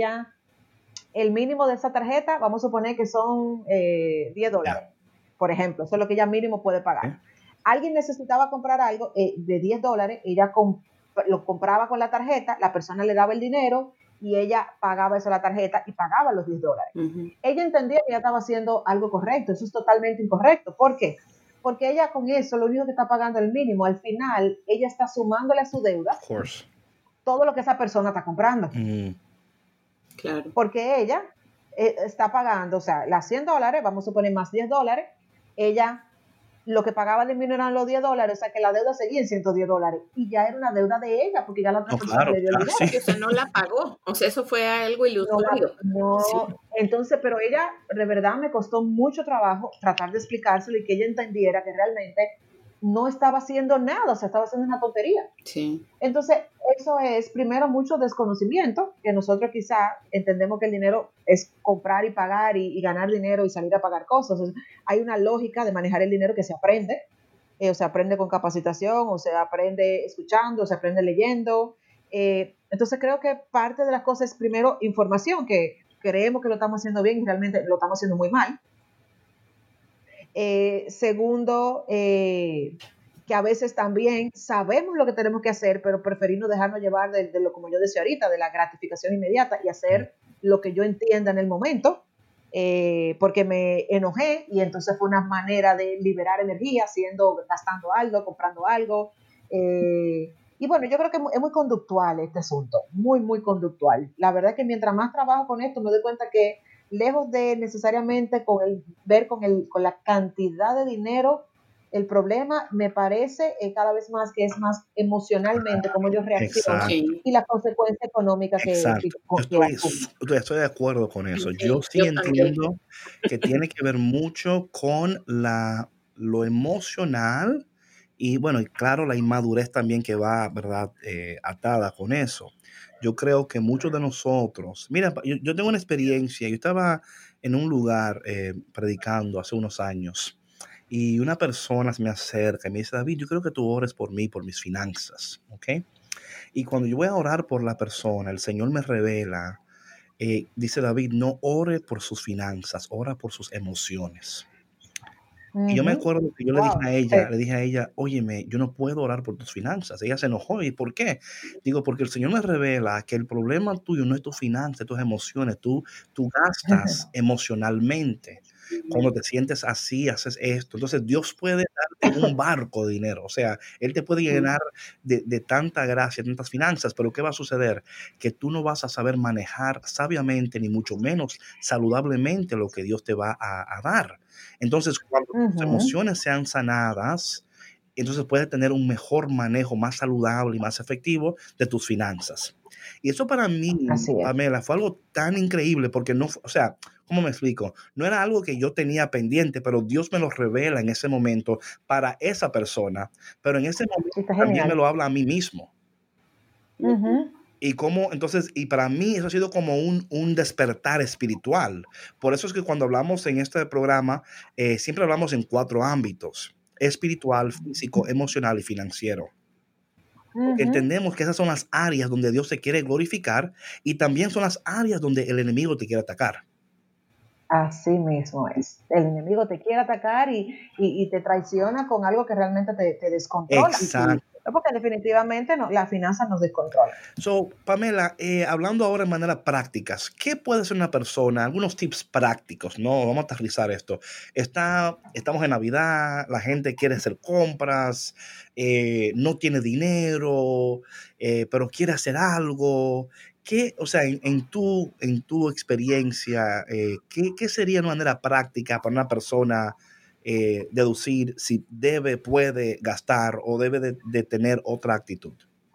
el mínimo de esa tarjeta, vamos a suponer que son $10, por ejemplo, eso es lo que ella mínimo puede pagar. Alguien necesitaba comprar algo de $10, ella lo compraba con la tarjeta, la persona le daba el dinero y ella pagaba eso a la tarjeta y pagaba los $10. Ella entendía que ella estaba haciendo algo correcto, eso es totalmente incorrecto. ¿Por qué? Porque ella con eso lo único que está pagando es el mínimo. Al final, ella está sumándole a su deuda todo lo que esa persona está comprando. Claro. Porque ella está pagando, o sea, las $100, vamos a suponer más $10, ella lo que pagaba de mínimo eran los $10, o sea que la deuda seguía en $110 y ya era una deuda de ella porque ya la otra persona le dio el dinero. Sí. O sea, no la pagó, o sea, eso fue algo ilusorio. Entonces, pero ella, de verdad, me costó mucho trabajo tratar de explicárselo y que ella entendiera que realmente no estaba haciendo nada, o sea, estaba haciendo una tontería. Sí. Entonces, eso es, primero, mucho desconocimiento, que nosotros quizá entendemos que el dinero es comprar y pagar y ganar dinero y salir a pagar cosas. Entonces, hay una lógica de manejar el dinero que se aprende, o se aprende con capacitación, o se aprende escuchando, o se aprende leyendo. Entonces, creo que parte de las cosas es, primero, información, que creemos que lo estamos haciendo bien y realmente lo estamos haciendo muy mal. Segundo, que a veces también sabemos lo que tenemos que hacer, pero preferimos dejarnos llevar de lo, como yo decía ahorita, de la gratificación inmediata y hacer lo que yo entienda en el momento, porque me enojé y entonces fue una manera de liberar energía, gastando algo, comprando algo. Y bueno, yo creo que es muy conductual este asunto, muy, muy conductual. La verdad es que mientras más trabajo con esto, me doy cuenta que lejos de necesariamente ver con la cantidad de dinero, el problema me parece cada vez más que es más emocionalmente cómo yo reacciono y la consecuencia económica que estoy de acuerdo con eso. Yo entiendo que tiene que ver mucho con lo emocional y bueno, y claro, la inmadurez también que va, ¿verdad?, atada con eso. Yo creo que muchos de nosotros, mira, yo tengo una experiencia, yo estaba en un lugar predicando hace unos años y una persona se me acerca y me dice, David, yo creo que tú ores por mí, por mis finanzas, ¿ok? Y cuando yo voy a orar por la persona, el Señor me revela, dice David, no ore por sus finanzas, ora por sus emociones. Y yo me acuerdo que yo le dije a ella, óyeme, yo no puedo orar por tus finanzas. Ella se enojó. ¿Y por qué? Digo, porque el Señor me revela que el problema tuyo no es tu finanzas, tus emociones. Tú gastas emocionalmente. Cuando te sientes así, haces esto. Entonces Dios puede darte un barco de dinero. O sea, Él te puede llenar de tanta gracia, tantas finanzas, pero ¿qué va a suceder? Que tú no vas a saber manejar sabiamente, ni mucho menos saludablemente lo que Dios te va a dar. Entonces, cuando tus emociones sean sanadas, entonces puedes tener un mejor manejo, más saludable y más efectivo de tus finanzas. Y eso para mí, Pamela, fue algo tan increíble porque no, o sea, ¿cómo me explico? No era algo que yo tenía pendiente, pero Dios me lo revela en ese momento para esa persona, pero en ese momento también me lo habla a mí mismo. Y cómo, entonces, y para mí eso ha sido como un despertar espiritual. Por eso es que cuando hablamos en este programa, siempre hablamos en 4 ámbitos: espiritual, físico, emocional y financiero. Porque entendemos que esas son las áreas donde Dios se quiere glorificar y también son las áreas donde el enemigo te quiere atacar. Así mismo es. El enemigo te quiere atacar y te traiciona con algo que realmente te descontrola. Exacto. Porque definitivamente las finanzas nos descontrolan. So, Pamela, hablando ahora de manera prácticas, ¿qué puede hacer una persona? Algunos tips prácticos, ¿no? Vamos a aterrizar esto. Estamos en Navidad, la gente quiere hacer compras, no tiene dinero, pero quiere hacer algo. ¿Qué, o sea, en tu experiencia, qué sería una manera práctica para una persona deducir si puede gastar o debe de tener otra actitud?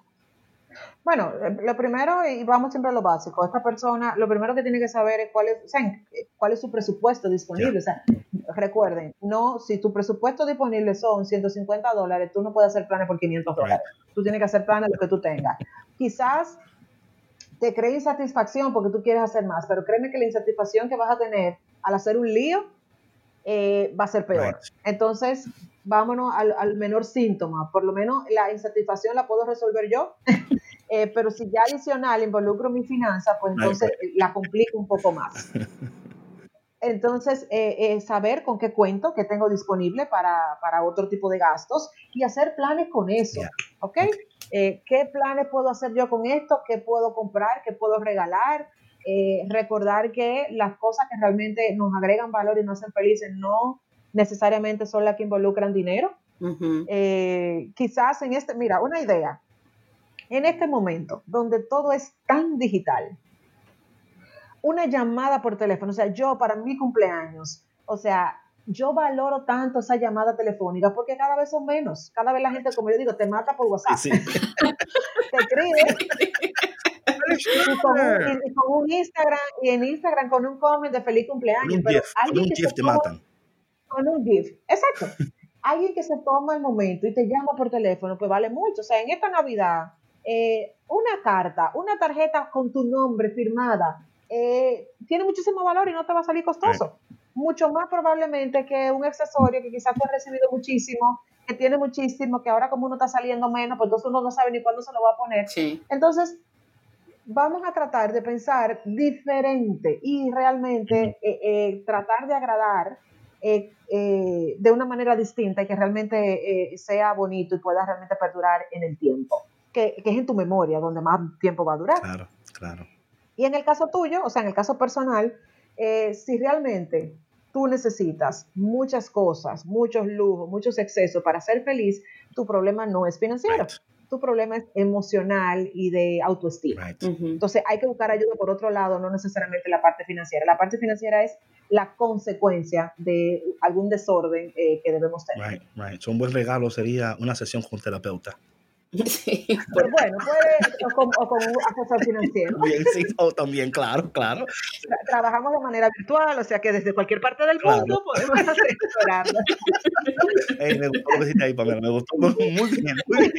Bueno, lo primero, y vamos siempre a lo básico, esta persona, lo primero que tiene que saber es cuál es su presupuesto disponible. O sea, recuerden, no, si tu presupuesto disponible son $150, tú no puedes hacer planes por $500. Tú tienes que hacer planes de lo que tú tengas. Quizás te cree insatisfacción porque tú quieres hacer más, pero créeme que la insatisfacción que vas a tener al hacer un lío va a ser peor. Entonces, vámonos al menor síntoma. Por lo menos la insatisfacción la puedo resolver yo, pero si ya adicional involucro mi finanza, pues entonces la complico un poco más. Entonces, saber con qué cuento, qué tengo disponible para otro tipo de gastos y hacer planes con eso, ¿ok? ¿Qué planes puedo hacer yo con esto? ¿Qué puedo comprar? ¿Qué puedo regalar? Recordar que las cosas que realmente nos agregan valor y nos hacen felices no necesariamente son las que involucran dinero. Quizás mira, una idea, en este momento donde todo es tan digital, una llamada por teléfono, o sea, yo para mi cumpleaños, o sea, yo valoro tanto esa llamada telefónica porque cada vez son menos, cada vez la gente, como yo digo, te mata por WhatsApp, te escribe y con un Instagram, y en Instagram con un comment de feliz cumpleaños, pero alguien que te matan. Con un GIF, exacto. Alguien que se toma el momento y te llama por teléfono, pues vale mucho. O sea, en esta Navidad, una carta, una tarjeta con tu nombre firmada, tiene muchísimo valor y no te va a salir costoso. Mucho más probablemente que un accesorio que quizás tú has recibido muchísimo, que tiene muchísimo, que ahora como uno está saliendo menos, pues entonces uno no sabe ni cuándo se lo va a poner. Entonces, vamos a tratar de pensar diferente y realmente tratar de agradar de una manera distinta y que realmente sea bonito y pueda realmente perdurar en el tiempo, que es en tu memoria donde más tiempo va a durar. Claro. Y en el caso tuyo, o sea, en el caso personal, si realmente tú necesitas muchas cosas, muchos lujos, muchos excesos para ser feliz, tu problema no es financiero. Tu problema es emocional y de autoestima. Entonces hay que buscar ayuda por otro lado, no necesariamente la parte financiera. La parte financiera es la consecuencia de algún desorden que debemos tener. Un buen regalo sería una sesión con un terapeuta. Sí, pues bueno, o con un asesor financiero. Bien, sí, también, claro. Trabajamos de manera virtual, o sea que desde cualquier parte del mundo podemos asesorarlo. Me gustó lo que hiciste ahí, Pamela, me gustó muy bien.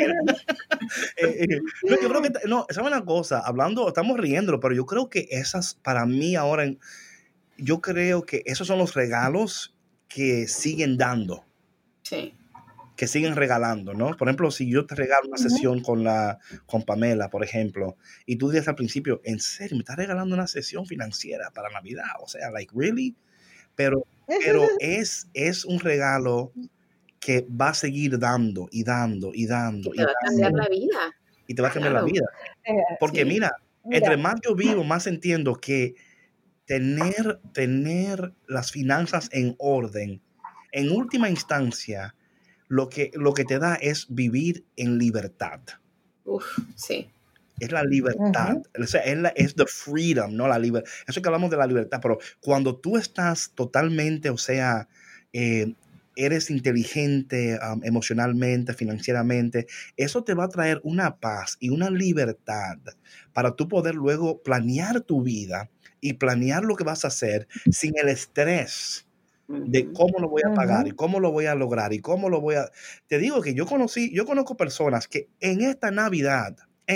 Yo creo que, ¿saben una cosa? Hablando, estamos riéndolo, pero yo creo que esas, para mí ahora, yo creo que esos son los regalos que siguen dando. Sí. Que siguen regalando, ¿no? Por ejemplo, si yo te regalo una sesión con Pamela, por ejemplo, y tú dices al principio, ¿en serio me estás regalando una sesión financiera para Navidad? O sea, like, really? Pero es un regalo que va a seguir dando y dando. Y te va a cambiar la vida. Y te va a cambiar la vida. Porque mira, entre más yo vivo, más entiendo que tener las finanzas en orden, en última instancia, lo que te da es vivir en libertad. Sí. Es la libertad, o sea, es the freedom, no la libertad. Eso que hablamos de la libertad, pero cuando tú estás totalmente, o sea, eres inteligente emocionalmente, financieramente, eso te va a traer una paz y una libertad para tú poder luego planear tu vida y planear lo que vas a hacer sin el estrés de cómo lo voy a pagar y cómo lo voy a lograr y cómo lo voy a... Te digo que yo conozco personas que en esta Navidad,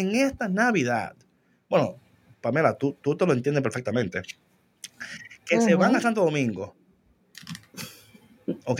bueno, Pamela, tú te lo entiendes perfectamente, que se van a Santo Domingo, ¿ok?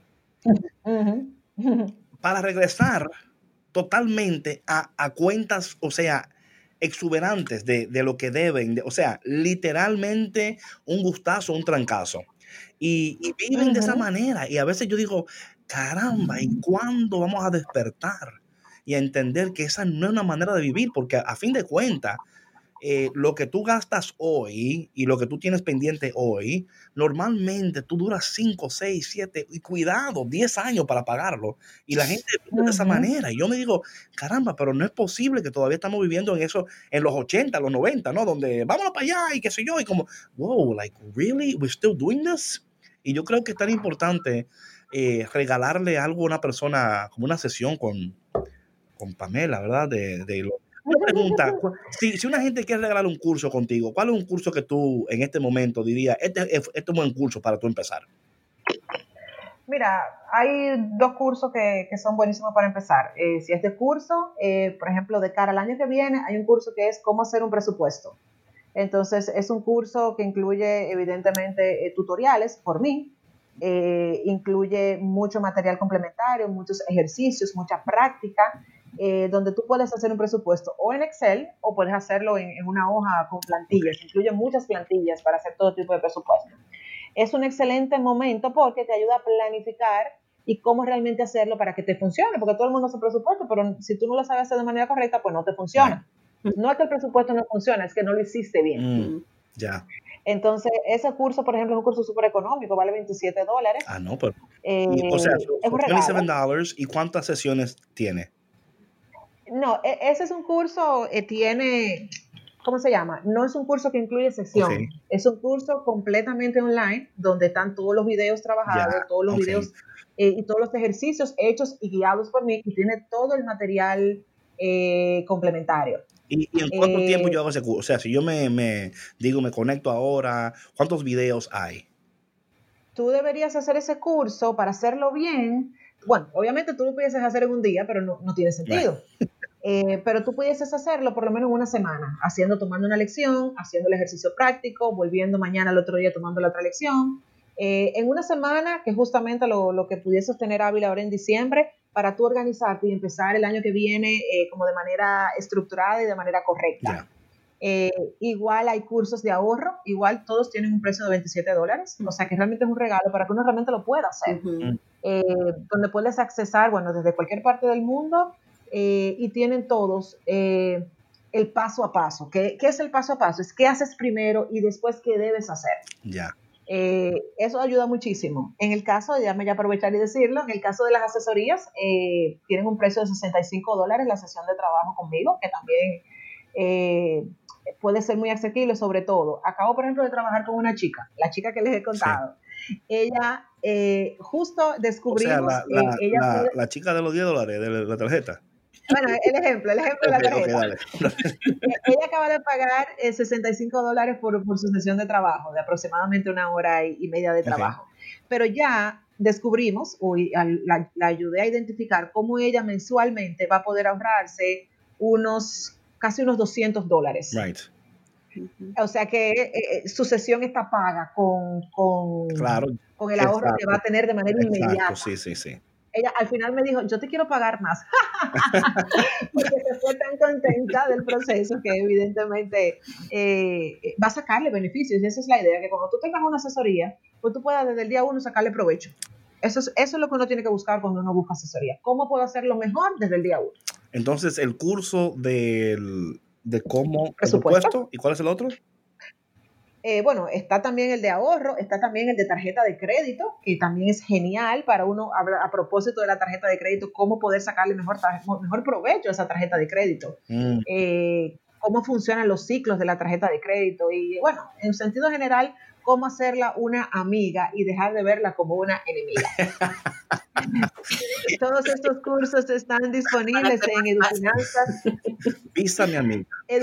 Para regresar totalmente a cuentas, o sea, exuberantes de lo que deben, o sea, literalmente un gustazo, un trancazo. Y viven de esa manera. Y a veces yo digo, caramba, ¿y cuándo vamos a despertar? Y a entender que esa no es una manera de vivir, porque a fin de cuentas, lo que tú gastas hoy y lo que tú tienes pendiente hoy, normalmente tú duras 5, 6, 7 y cuidado, 10 años para pagarlo. Y la gente vive de esa manera. Y yo me digo, caramba, pero no es posible que todavía estamos viviendo en eso, en los 80, los 90, ¿no? Donde vámonos para allá y qué sé yo. Y como, wow, like, really? We're still doing this? Y yo creo que es tan importante regalarle algo a una persona, como una sesión con Pamela, ¿verdad? Una pregunta, si una gente quiere regalar un curso contigo, ¿cuál es un curso que tú en este momento dirías, este es un buen curso para tú empezar? Mira, hay 2 cursos que son buenísimos para empezar. Si es de curso, por ejemplo, de cara al año que viene, hay un curso que es cómo hacer un presupuesto. Entonces, es un curso que incluye, evidentemente, tutoriales por mí, incluye mucho material complementario, muchos ejercicios, mucha práctica, donde tú puedes hacer un presupuesto o en Excel o puedes hacerlo en una hoja con plantillas. Incluye muchas plantillas para hacer todo tipo de presupuesto. Es un excelente momento porque te ayuda a planificar y cómo realmente hacerlo para que te funcione, porque todo el mundo hace presupuesto, pero si tú no lo sabes hacer de manera correcta, pues no te funciona. No es que el presupuesto no funciona, es que no lo hiciste bien. Ya. Entonces, ese curso, por ejemplo, es un curso súper económico, vale $27. Ah, no, pero... o sea, es un regalo. $27, ¿y cuántas sesiones tiene? No, ese es un curso, tiene... ¿Cómo se llama? No es un curso que incluye sesión. Okay. Es un curso completamente online donde están todos los videos trabajados, todos los videos y todos los ejercicios hechos y guiados por mí, y tiene todo el material complementario. ¿Y en cuánto tiempo yo hago ese curso? O sea, si yo me conecto ahora, ¿cuántos videos hay? Tú deberías hacer ese curso para hacerlo bien. Bueno, obviamente tú lo pudieses hacer en un día, pero no tiene sentido. Pero tú pudieses hacerlo por lo menos en una semana, tomando una lección, haciendo el ejercicio práctico, volviendo mañana al otro día tomando la otra lección. En una semana, que es justamente lo que pudieses tener hábil ahora en diciembre, para tú organizarte y empezar el año que viene como de manera estructurada y de manera correcta. Igual hay cursos de ahorro, igual todos tienen un precio de $27, o sea que realmente es un regalo para que uno realmente lo pueda hacer. Donde puedes accesar, bueno, desde cualquier parte del mundo, y tienen todos el paso a paso. ¿Qué es el paso a paso? Es qué haces primero y después qué debes hacer. Ya. Eso ayuda muchísimo. En el caso, déjame ya aprovechar y decirlo, en el caso de las asesorías, tienen un precio de $65 la sesión de trabajo conmigo, que también puede ser muy asequible, sobre todo. Acabo, por ejemplo, de trabajar con una chica, la chica que les he contado. Sí. Ella, justo descubrimos... O sea, la chica de los $10 de la tarjeta. Bueno, el ejemplo de la tarjeta. Ella acaba de pagar $65 por su sesión de trabajo, de aproximadamente 1 hora y media de trabajo. Pero ya descubrimos, la ayudé a identificar cómo ella mensualmente va a poder ahorrarse casi unos $200. Right. O sea que su sesión está paga con el ahorro que va a tener de manera inmediata. Sí. Ella al final me dijo, yo te quiero pagar más, porque se fue tan contenta del proceso que evidentemente va a sacarle beneficios, y esa es la idea, que cuando tú tengas una asesoría, pues tú puedas desde el día 1 sacarle provecho. Eso es lo que uno tiene que buscar cuando uno busca asesoría. ¿Cómo puedo hacerlo mejor desde el día 1? Entonces, el curso de cómo presupuesto, ¿y cuál es el otro? bueno, está también el de ahorro, está también el de tarjeta de crédito, que también es genial para uno, a propósito de la tarjeta de crédito, cómo poder sacarle mejor provecho a esa tarjeta de crédito. Cómo funcionan los ciclos de la tarjeta de crédito y, bueno, en sentido general, cómo hacerla una amiga y dejar de verla como una enemiga. Todos estos cursos están disponibles en Edufinanzas. Visa, mi amiga.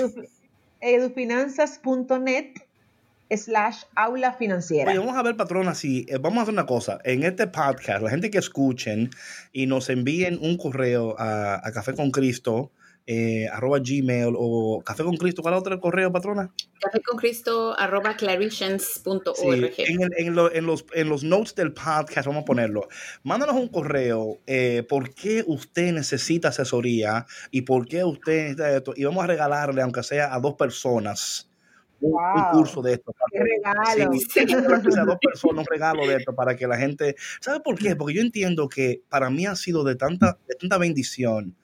Edufinanzas.net/aula financiera. Oye, vamos a ver, patrona, si vamos a hacer una cosa. En este podcast, la gente que escuchen y nos envíen un correo a Café con Cristo, @gmail o Café con Cristo, ¿cuál es otro correo, patrona? Caféconcristo @clarichance.org. Sí, en los notes del podcast vamos a ponerlo. Mándanos un correo, por qué usted necesita asesoría y por qué usted necesita esto, y vamos a regalarle, aunque sea a 2 personas, un curso de esto. ¡Qué regalo! Sí, que sea 2 personas, un regalo de esto para que la gente... ¿Sabe por qué? Porque yo entiendo que para mí ha sido de tanta bendición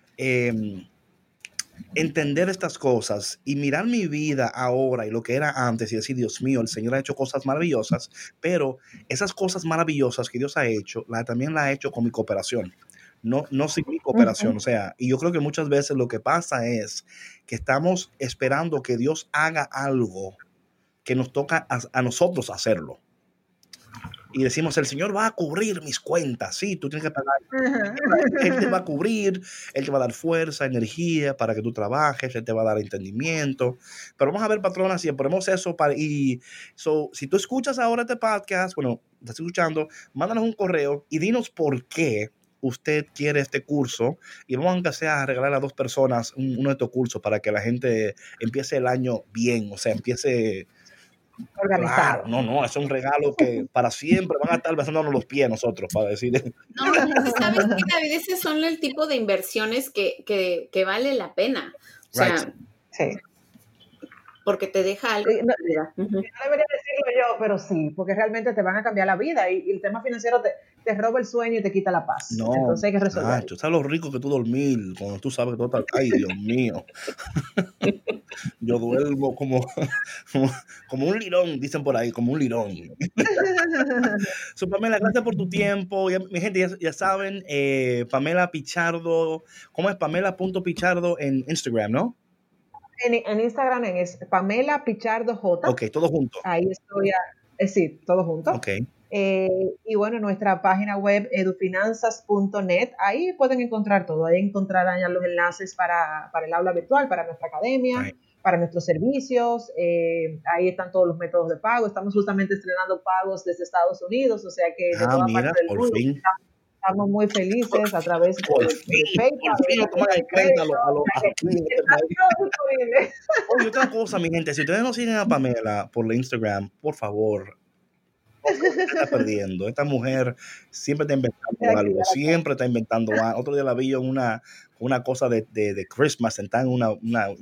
entender estas cosas y mirar mi vida ahora y lo que era antes y decir, Dios mío, el Señor ha hecho cosas maravillosas, pero esas cosas maravillosas que Dios ha hecho, también la ha hecho con mi cooperación. No sin mi cooperación, o sea, y yo creo que muchas veces lo que pasa es que estamos esperando que Dios haga algo que nos toca a nosotros hacerlo. Y decimos, el Señor va a cubrir mis cuentas. Sí, tú tienes que pagar. Él te va a cubrir, Él te va a dar fuerza, energía para que tú trabajes, Él te va a dar entendimiento. Pero vamos a ver, patrona, si ponemos eso si tú escuchas ahora este podcast, bueno, estás escuchando, mándanos un correo y dinos por qué usted quiere este curso y vamos a sea a regalar a 2 personas uno de estos cursos para que la gente empiece el año bien, o sea, empiece... Organizado. Claro, no, es un regalo que para siempre van a estar besándonos los pies nosotros, para decir. No, ¿sabes qué, David? Esos son el tipo de inversiones que vale la pena. O sea, sí. Porque te deja algo. No debería decirlo yo, pero sí, porque realmente te van a cambiar la vida y el tema financiero te roba el sueño y te quita la paz. No, entonces hay que resolverlo. Tú sabes lo rico que tú dormir cuando tú sabes que todo está... Ay, Dios mío. Yo duermo como un lirón, dicen por ahí, como un lirón. So, Pamela, gracias por tu tiempo. Mi gente, ya saben, Pamela Pichardo, ¿cómo es? Pamela.pichardo en Instagram, ¿no? En Instagram es Pamela Pichardo J. Ok, todo junto. Ahí estoy, sí, todo junto. Ok. Y bueno, nuestra página web edufinanzas.net, ahí pueden encontrar todo, ahí encontrarán ya los enlaces para el aula virtual, para nuestra academia, para nuestros servicios, ahí están todos los métodos de pago, estamos justamente estrenando pagos desde Estados Unidos, o sea que de toda parte del mundo estamos muy felices a través de PayPal. Oye, otra cosa, mi gente, si ustedes no siguen a Pamela por la Instagram, por favor, se está perdiendo. Esta mujer siempre está inventando algo, siempre está inventando algo. Otro día la vi en una cosa de Christmas, sentada en unos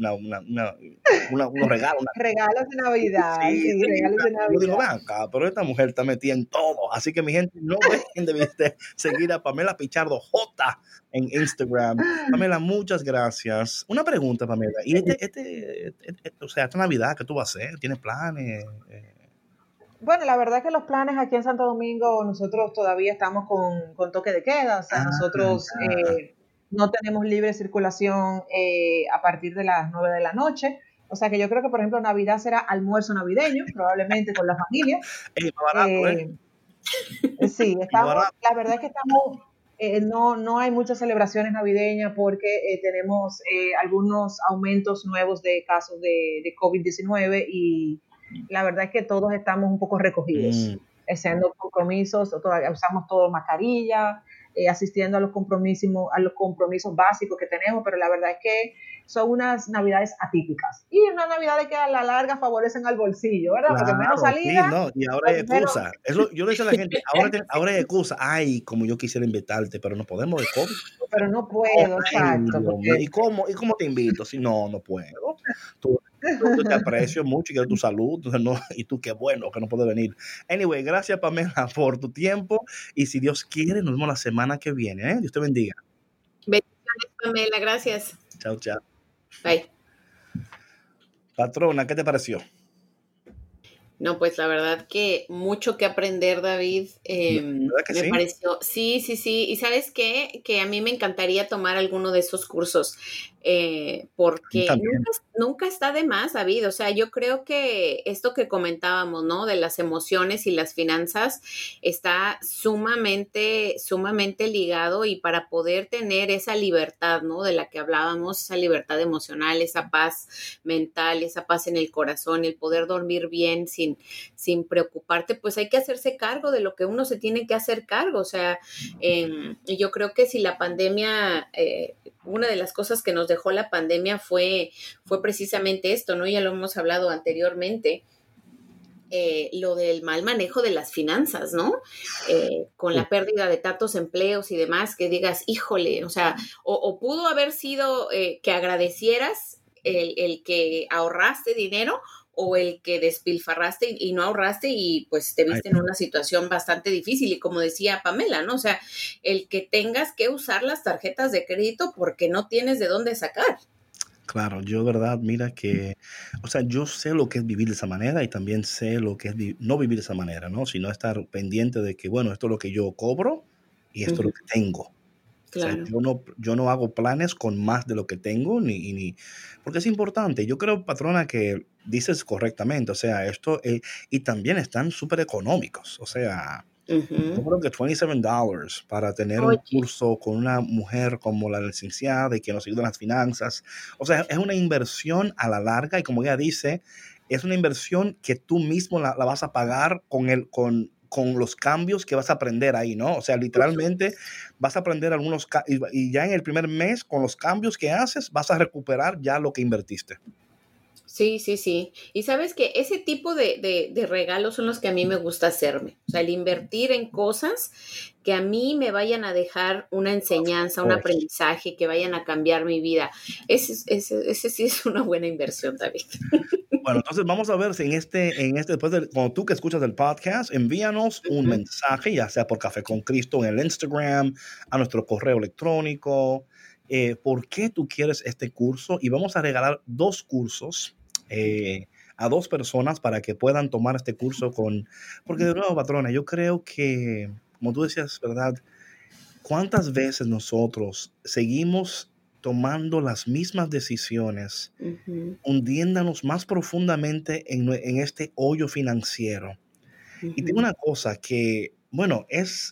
regalos. Regalos de Navidad. Sí, regalos de Navidad. Yo digo, ven acá, pero esta mujer está metida en todo. Así que mi gente, no dejen de seguir a Pamela Pichardo J en Instagram. Pamela, muchas gracias. Una pregunta, Pamela. ¿Y o sea, esta Navidad, qué tú vas a hacer? ¿Tienes planes? Bueno, la verdad es que los planes aquí en Santo Domingo, nosotros todavía estamos con toque de queda, o sea, nosotros no tenemos libre circulación a partir de las 9 de la noche, o sea que yo creo que, por ejemplo, Navidad será almuerzo navideño, probablemente con la familia. Sí, la verdad es que estamos, no hay muchas celebraciones navideñas porque tenemos algunos aumentos nuevos de casos de COVID-19 y la verdad es que todos estamos un poco recogidos, haciendo compromisos, usamos todos mascarilla, asistiendo a los compromisos básicos que tenemos, pero la verdad es que son unas navidades atípicas y unas navidades que a la larga favorecen al bolsillo, ¿verdad? Claro, porque menos salida. Sí, no, y ahora hay excusa. Eso yo le digo a la gente, ahora hay excusa. Ay, como yo quisiera invitarte, pero no podemos de COVID. Pero no puedo, exacto. Porque... ¿Y cómo te invito? Si no puedo. Tú te aprecio mucho y quiero tu salud, y tú qué bueno que no puedes venir. Anyway, gracias, Pamela, por tu tiempo y si Dios quiere, nos vemos la semana que viene. Dios te bendiga. Bendiciones, Pamela, gracias. Chao. Bye. Patrona, ¿qué te pareció? No, pues la verdad que mucho que aprender, David. ¿Verdad que Me sí? pareció, sí. Y ¿sabes qué? Que a mí me encantaría tomar alguno de esos cursos, A mí porque también. nunca está de más, David. O sea, yo creo que esto que comentábamos, ¿no? De las emociones y las finanzas está sumamente ligado, y para poder tener esa libertad, ¿no? De la que hablábamos, esa libertad emocional, esa paz mental, esa paz en el corazón, el poder dormir bien sin preocuparte, pues hay que hacerse cargo de lo que uno se tiene que hacer cargo. O sea, y yo creo que si la pandemia, una de las cosas que nos dejó la pandemia fue precisamente esto, ¿no? Ya lo hemos hablado anteriormente. Lo del mal manejo de las finanzas, ¿no? Con la pérdida de tantos empleos y demás, que digas, híjole, o sea, o pudo haber sido que agradecieras el que ahorraste dinero, o el que despilfarraste y no ahorraste, y pues te viste en una situación bastante difícil. Y como decía Pamela, ¿no? O sea, el que tengas que usar las tarjetas de crédito porque no tienes de dónde sacar. Claro, yo, verdad, mira que, o sea, yo sé lo que es vivir de esa manera y también sé lo que es no vivir de esa manera, ¿no? Sino estar pendiente de que, bueno, esto es lo que yo cobro y esto es lo que tengo. O sea, Claro. yo no hago planes con más de lo que tengo, porque es importante. Yo creo, patrona, que dices correctamente. O sea, y también están súper económicos. O sea, yo creo que $27 para tener un Oye, curso con una mujer como la licenciada y que nos ayuda en las finanzas. O sea, es una inversión a la larga y, como ella dice, es una inversión que tú mismo la vas a pagar con los cambios que vas a aprender ahí, ¿no? O sea, literalmente vas a aprender y ya en el primer mes, con los cambios que haces, vas a recuperar ya lo que invertiste. sí. Y sabes que ese tipo de regalos son los que a mí me gusta hacerme. O sea, el invertir en cosas que a mí me vayan a dejar una enseñanza, un Pues, aprendizaje, que vayan a cambiar mi vida. Ese sí es una buena inversión, David. bueno, entonces vamos a ver si después cuando tú que escuchas el podcast, envíanos un Ujú. mensaje, ya sea por Café con Cristo en el Instagram, a nuestro correo electrónico, por qué tú quieres este curso, y vamos a regalar 2 cursos a 2 personas para que puedan tomar este curso porque de nuevo, patrona, yo creo que, como tú decías, ¿verdad? ¿Cuántas veces nosotros seguimos tomando las mismas decisiones, Ujú, hundiéndonos más profundamente en este hoyo financiero? Y tengo ujú, una cosa que, bueno,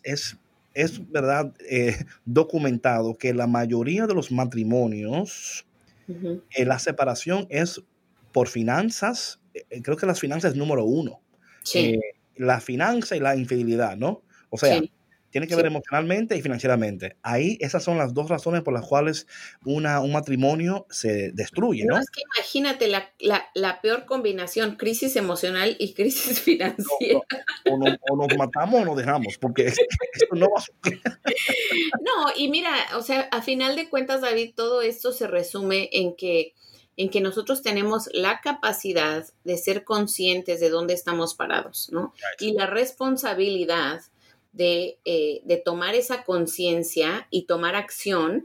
es verdad, documentado que la mayoría de los matrimonios, ujú. la separación es por finanzas. Creo que las finanzas es número 1. Eh, Sí, la finanza y la infidelidad, ¿no? O sea, sí. tiene que Sí. ver emocionalmente y financieramente. Ahí esas son las 2 razones por las cuales un matrimonio se destruye, No, ¿no? es que imagínate la peor combinación: crisis emocional y crisis No, no, financiera. o nos matamos o nos dejamos, porque esto no va a suceder. No, y mira, o sea, a final de cuentas, David, todo esto se resume en que nosotros tenemos la capacidad de ser conscientes de dónde estamos parados, ¿no? Y la responsabilidad de tomar esa conciencia y tomar acción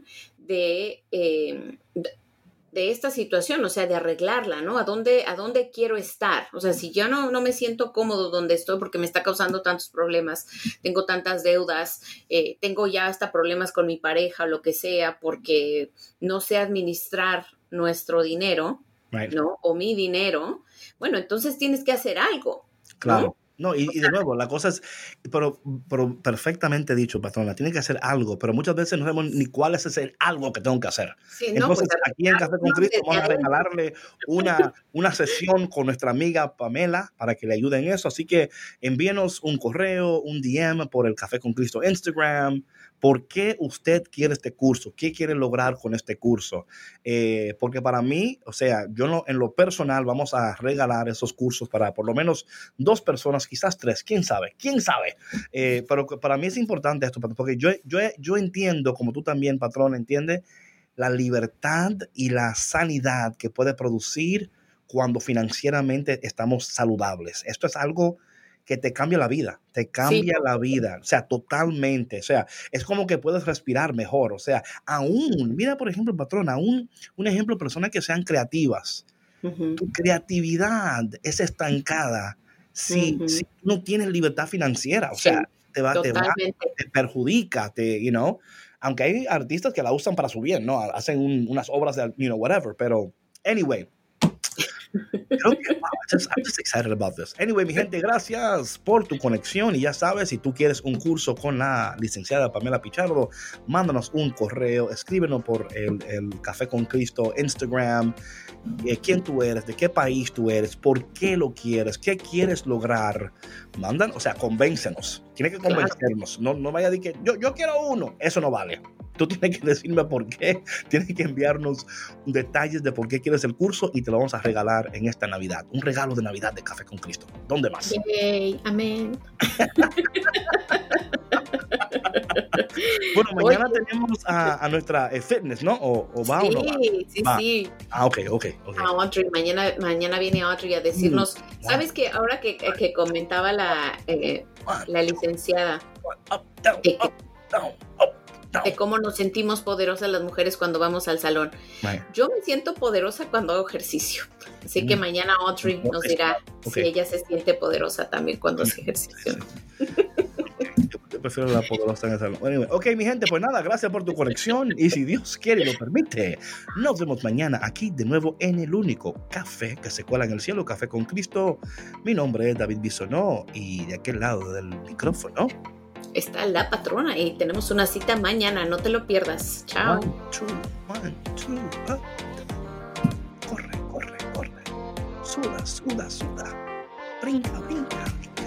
de esta situación, o sea, de arreglarla, ¿no? ¿A dónde quiero estar? O sea, si yo no me siento cómodo donde estoy porque me está causando tantos problemas, tengo tantas deudas, tengo ya hasta problemas con mi pareja o lo que sea, porque no sé administrar nuestro dinero, Right. ¿no? O mi dinero. Bueno, entonces tienes que hacer algo, ¿no? Claro. No, y de nuevo, la cosa es, pero perfectamente dicho, patrona, tiene que hacer algo, pero muchas veces no sabemos ni cuál es ese algo que tengo que hacer. Sí, no, pues Entonces, aquí en Café con arreglarlo Cristo desde vamos a adentro. regalarle una sesión con nuestra amiga Pamela para que le ayude en eso. Así que envíenos un correo, un DM por el Café con Cristo Instagram. ¿Por qué usted quiere este curso? ¿Qué quiere lograr con este curso? Porque para mí, o sea, en lo personal vamos a regalar esos cursos para por lo menos 2 personas, quizás 3, quién sabe. Pero para mí es importante esto, porque yo entiendo, como tú también, patrón, entiende la libertad y la sanidad que puede producir cuando financieramente estamos saludables. Esto es algo que te cambia la vida, Sí, o sea, totalmente. O sea, es como que puedes respirar mejor. O sea, mira, por ejemplo, patrón, un ejemplo de personas que sean creativas. ujú, Tu creatividad es estancada si no tienes libertad financiera, o sea, te perjudica, aunque hay artistas que la usan para su bien, ¿no? Hacen unas obras de, whatever, pero anyway. I'm just excited about this. Anyway, mi gente, gracias por tu conexión y ya sabes, si tú quieres un curso con la licenciada Pamela Pichardo, mándanos un correo, escríbenos por el Café con Cristo Instagram, quién tú eres, de qué país tú eres, por qué lo quieres, qué quieres lograr. Convéncenos. Tienes que convencernos. No vaya a decir que yo quiero uno. Eso no vale. Tú tienes que decirme por qué. Tienes que enviarnos detalles de por qué quieres el curso y te lo vamos a regalar en esta Navidad. Un regalo de Navidad de Café con Cristo. ¿Dónde más? Yay, amén. Bueno, mañana tenemos a nuestra fitness, ¿no? ¿O va o no va? Sí. Ok. A Audrey, mañana viene Audrey a decirnos, ¿sabes qué? Ahora que comentaba la licenciada de cómo nos sentimos poderosas las mujeres cuando vamos al salón. Yo me siento poderosa cuando hago ejercicio. Así que mañana Audrey nos dirá si ella se siente poderosa también cuando hace ejercicio. Yo prefiero la poderosa en el salón. Anyway, ok, mi gente, pues nada, gracias por tu conexión y si Dios quiere y lo permite, nos vemos mañana aquí de nuevo en el único café que se cuela en el cielo, Café con Cristo. Mi nombre es David Bisonó y de aquel lado del micrófono está la patrona y tenemos una cita mañana, no te lo pierdas. Chao. 1, 2, up. Corre. Suda. Brinca.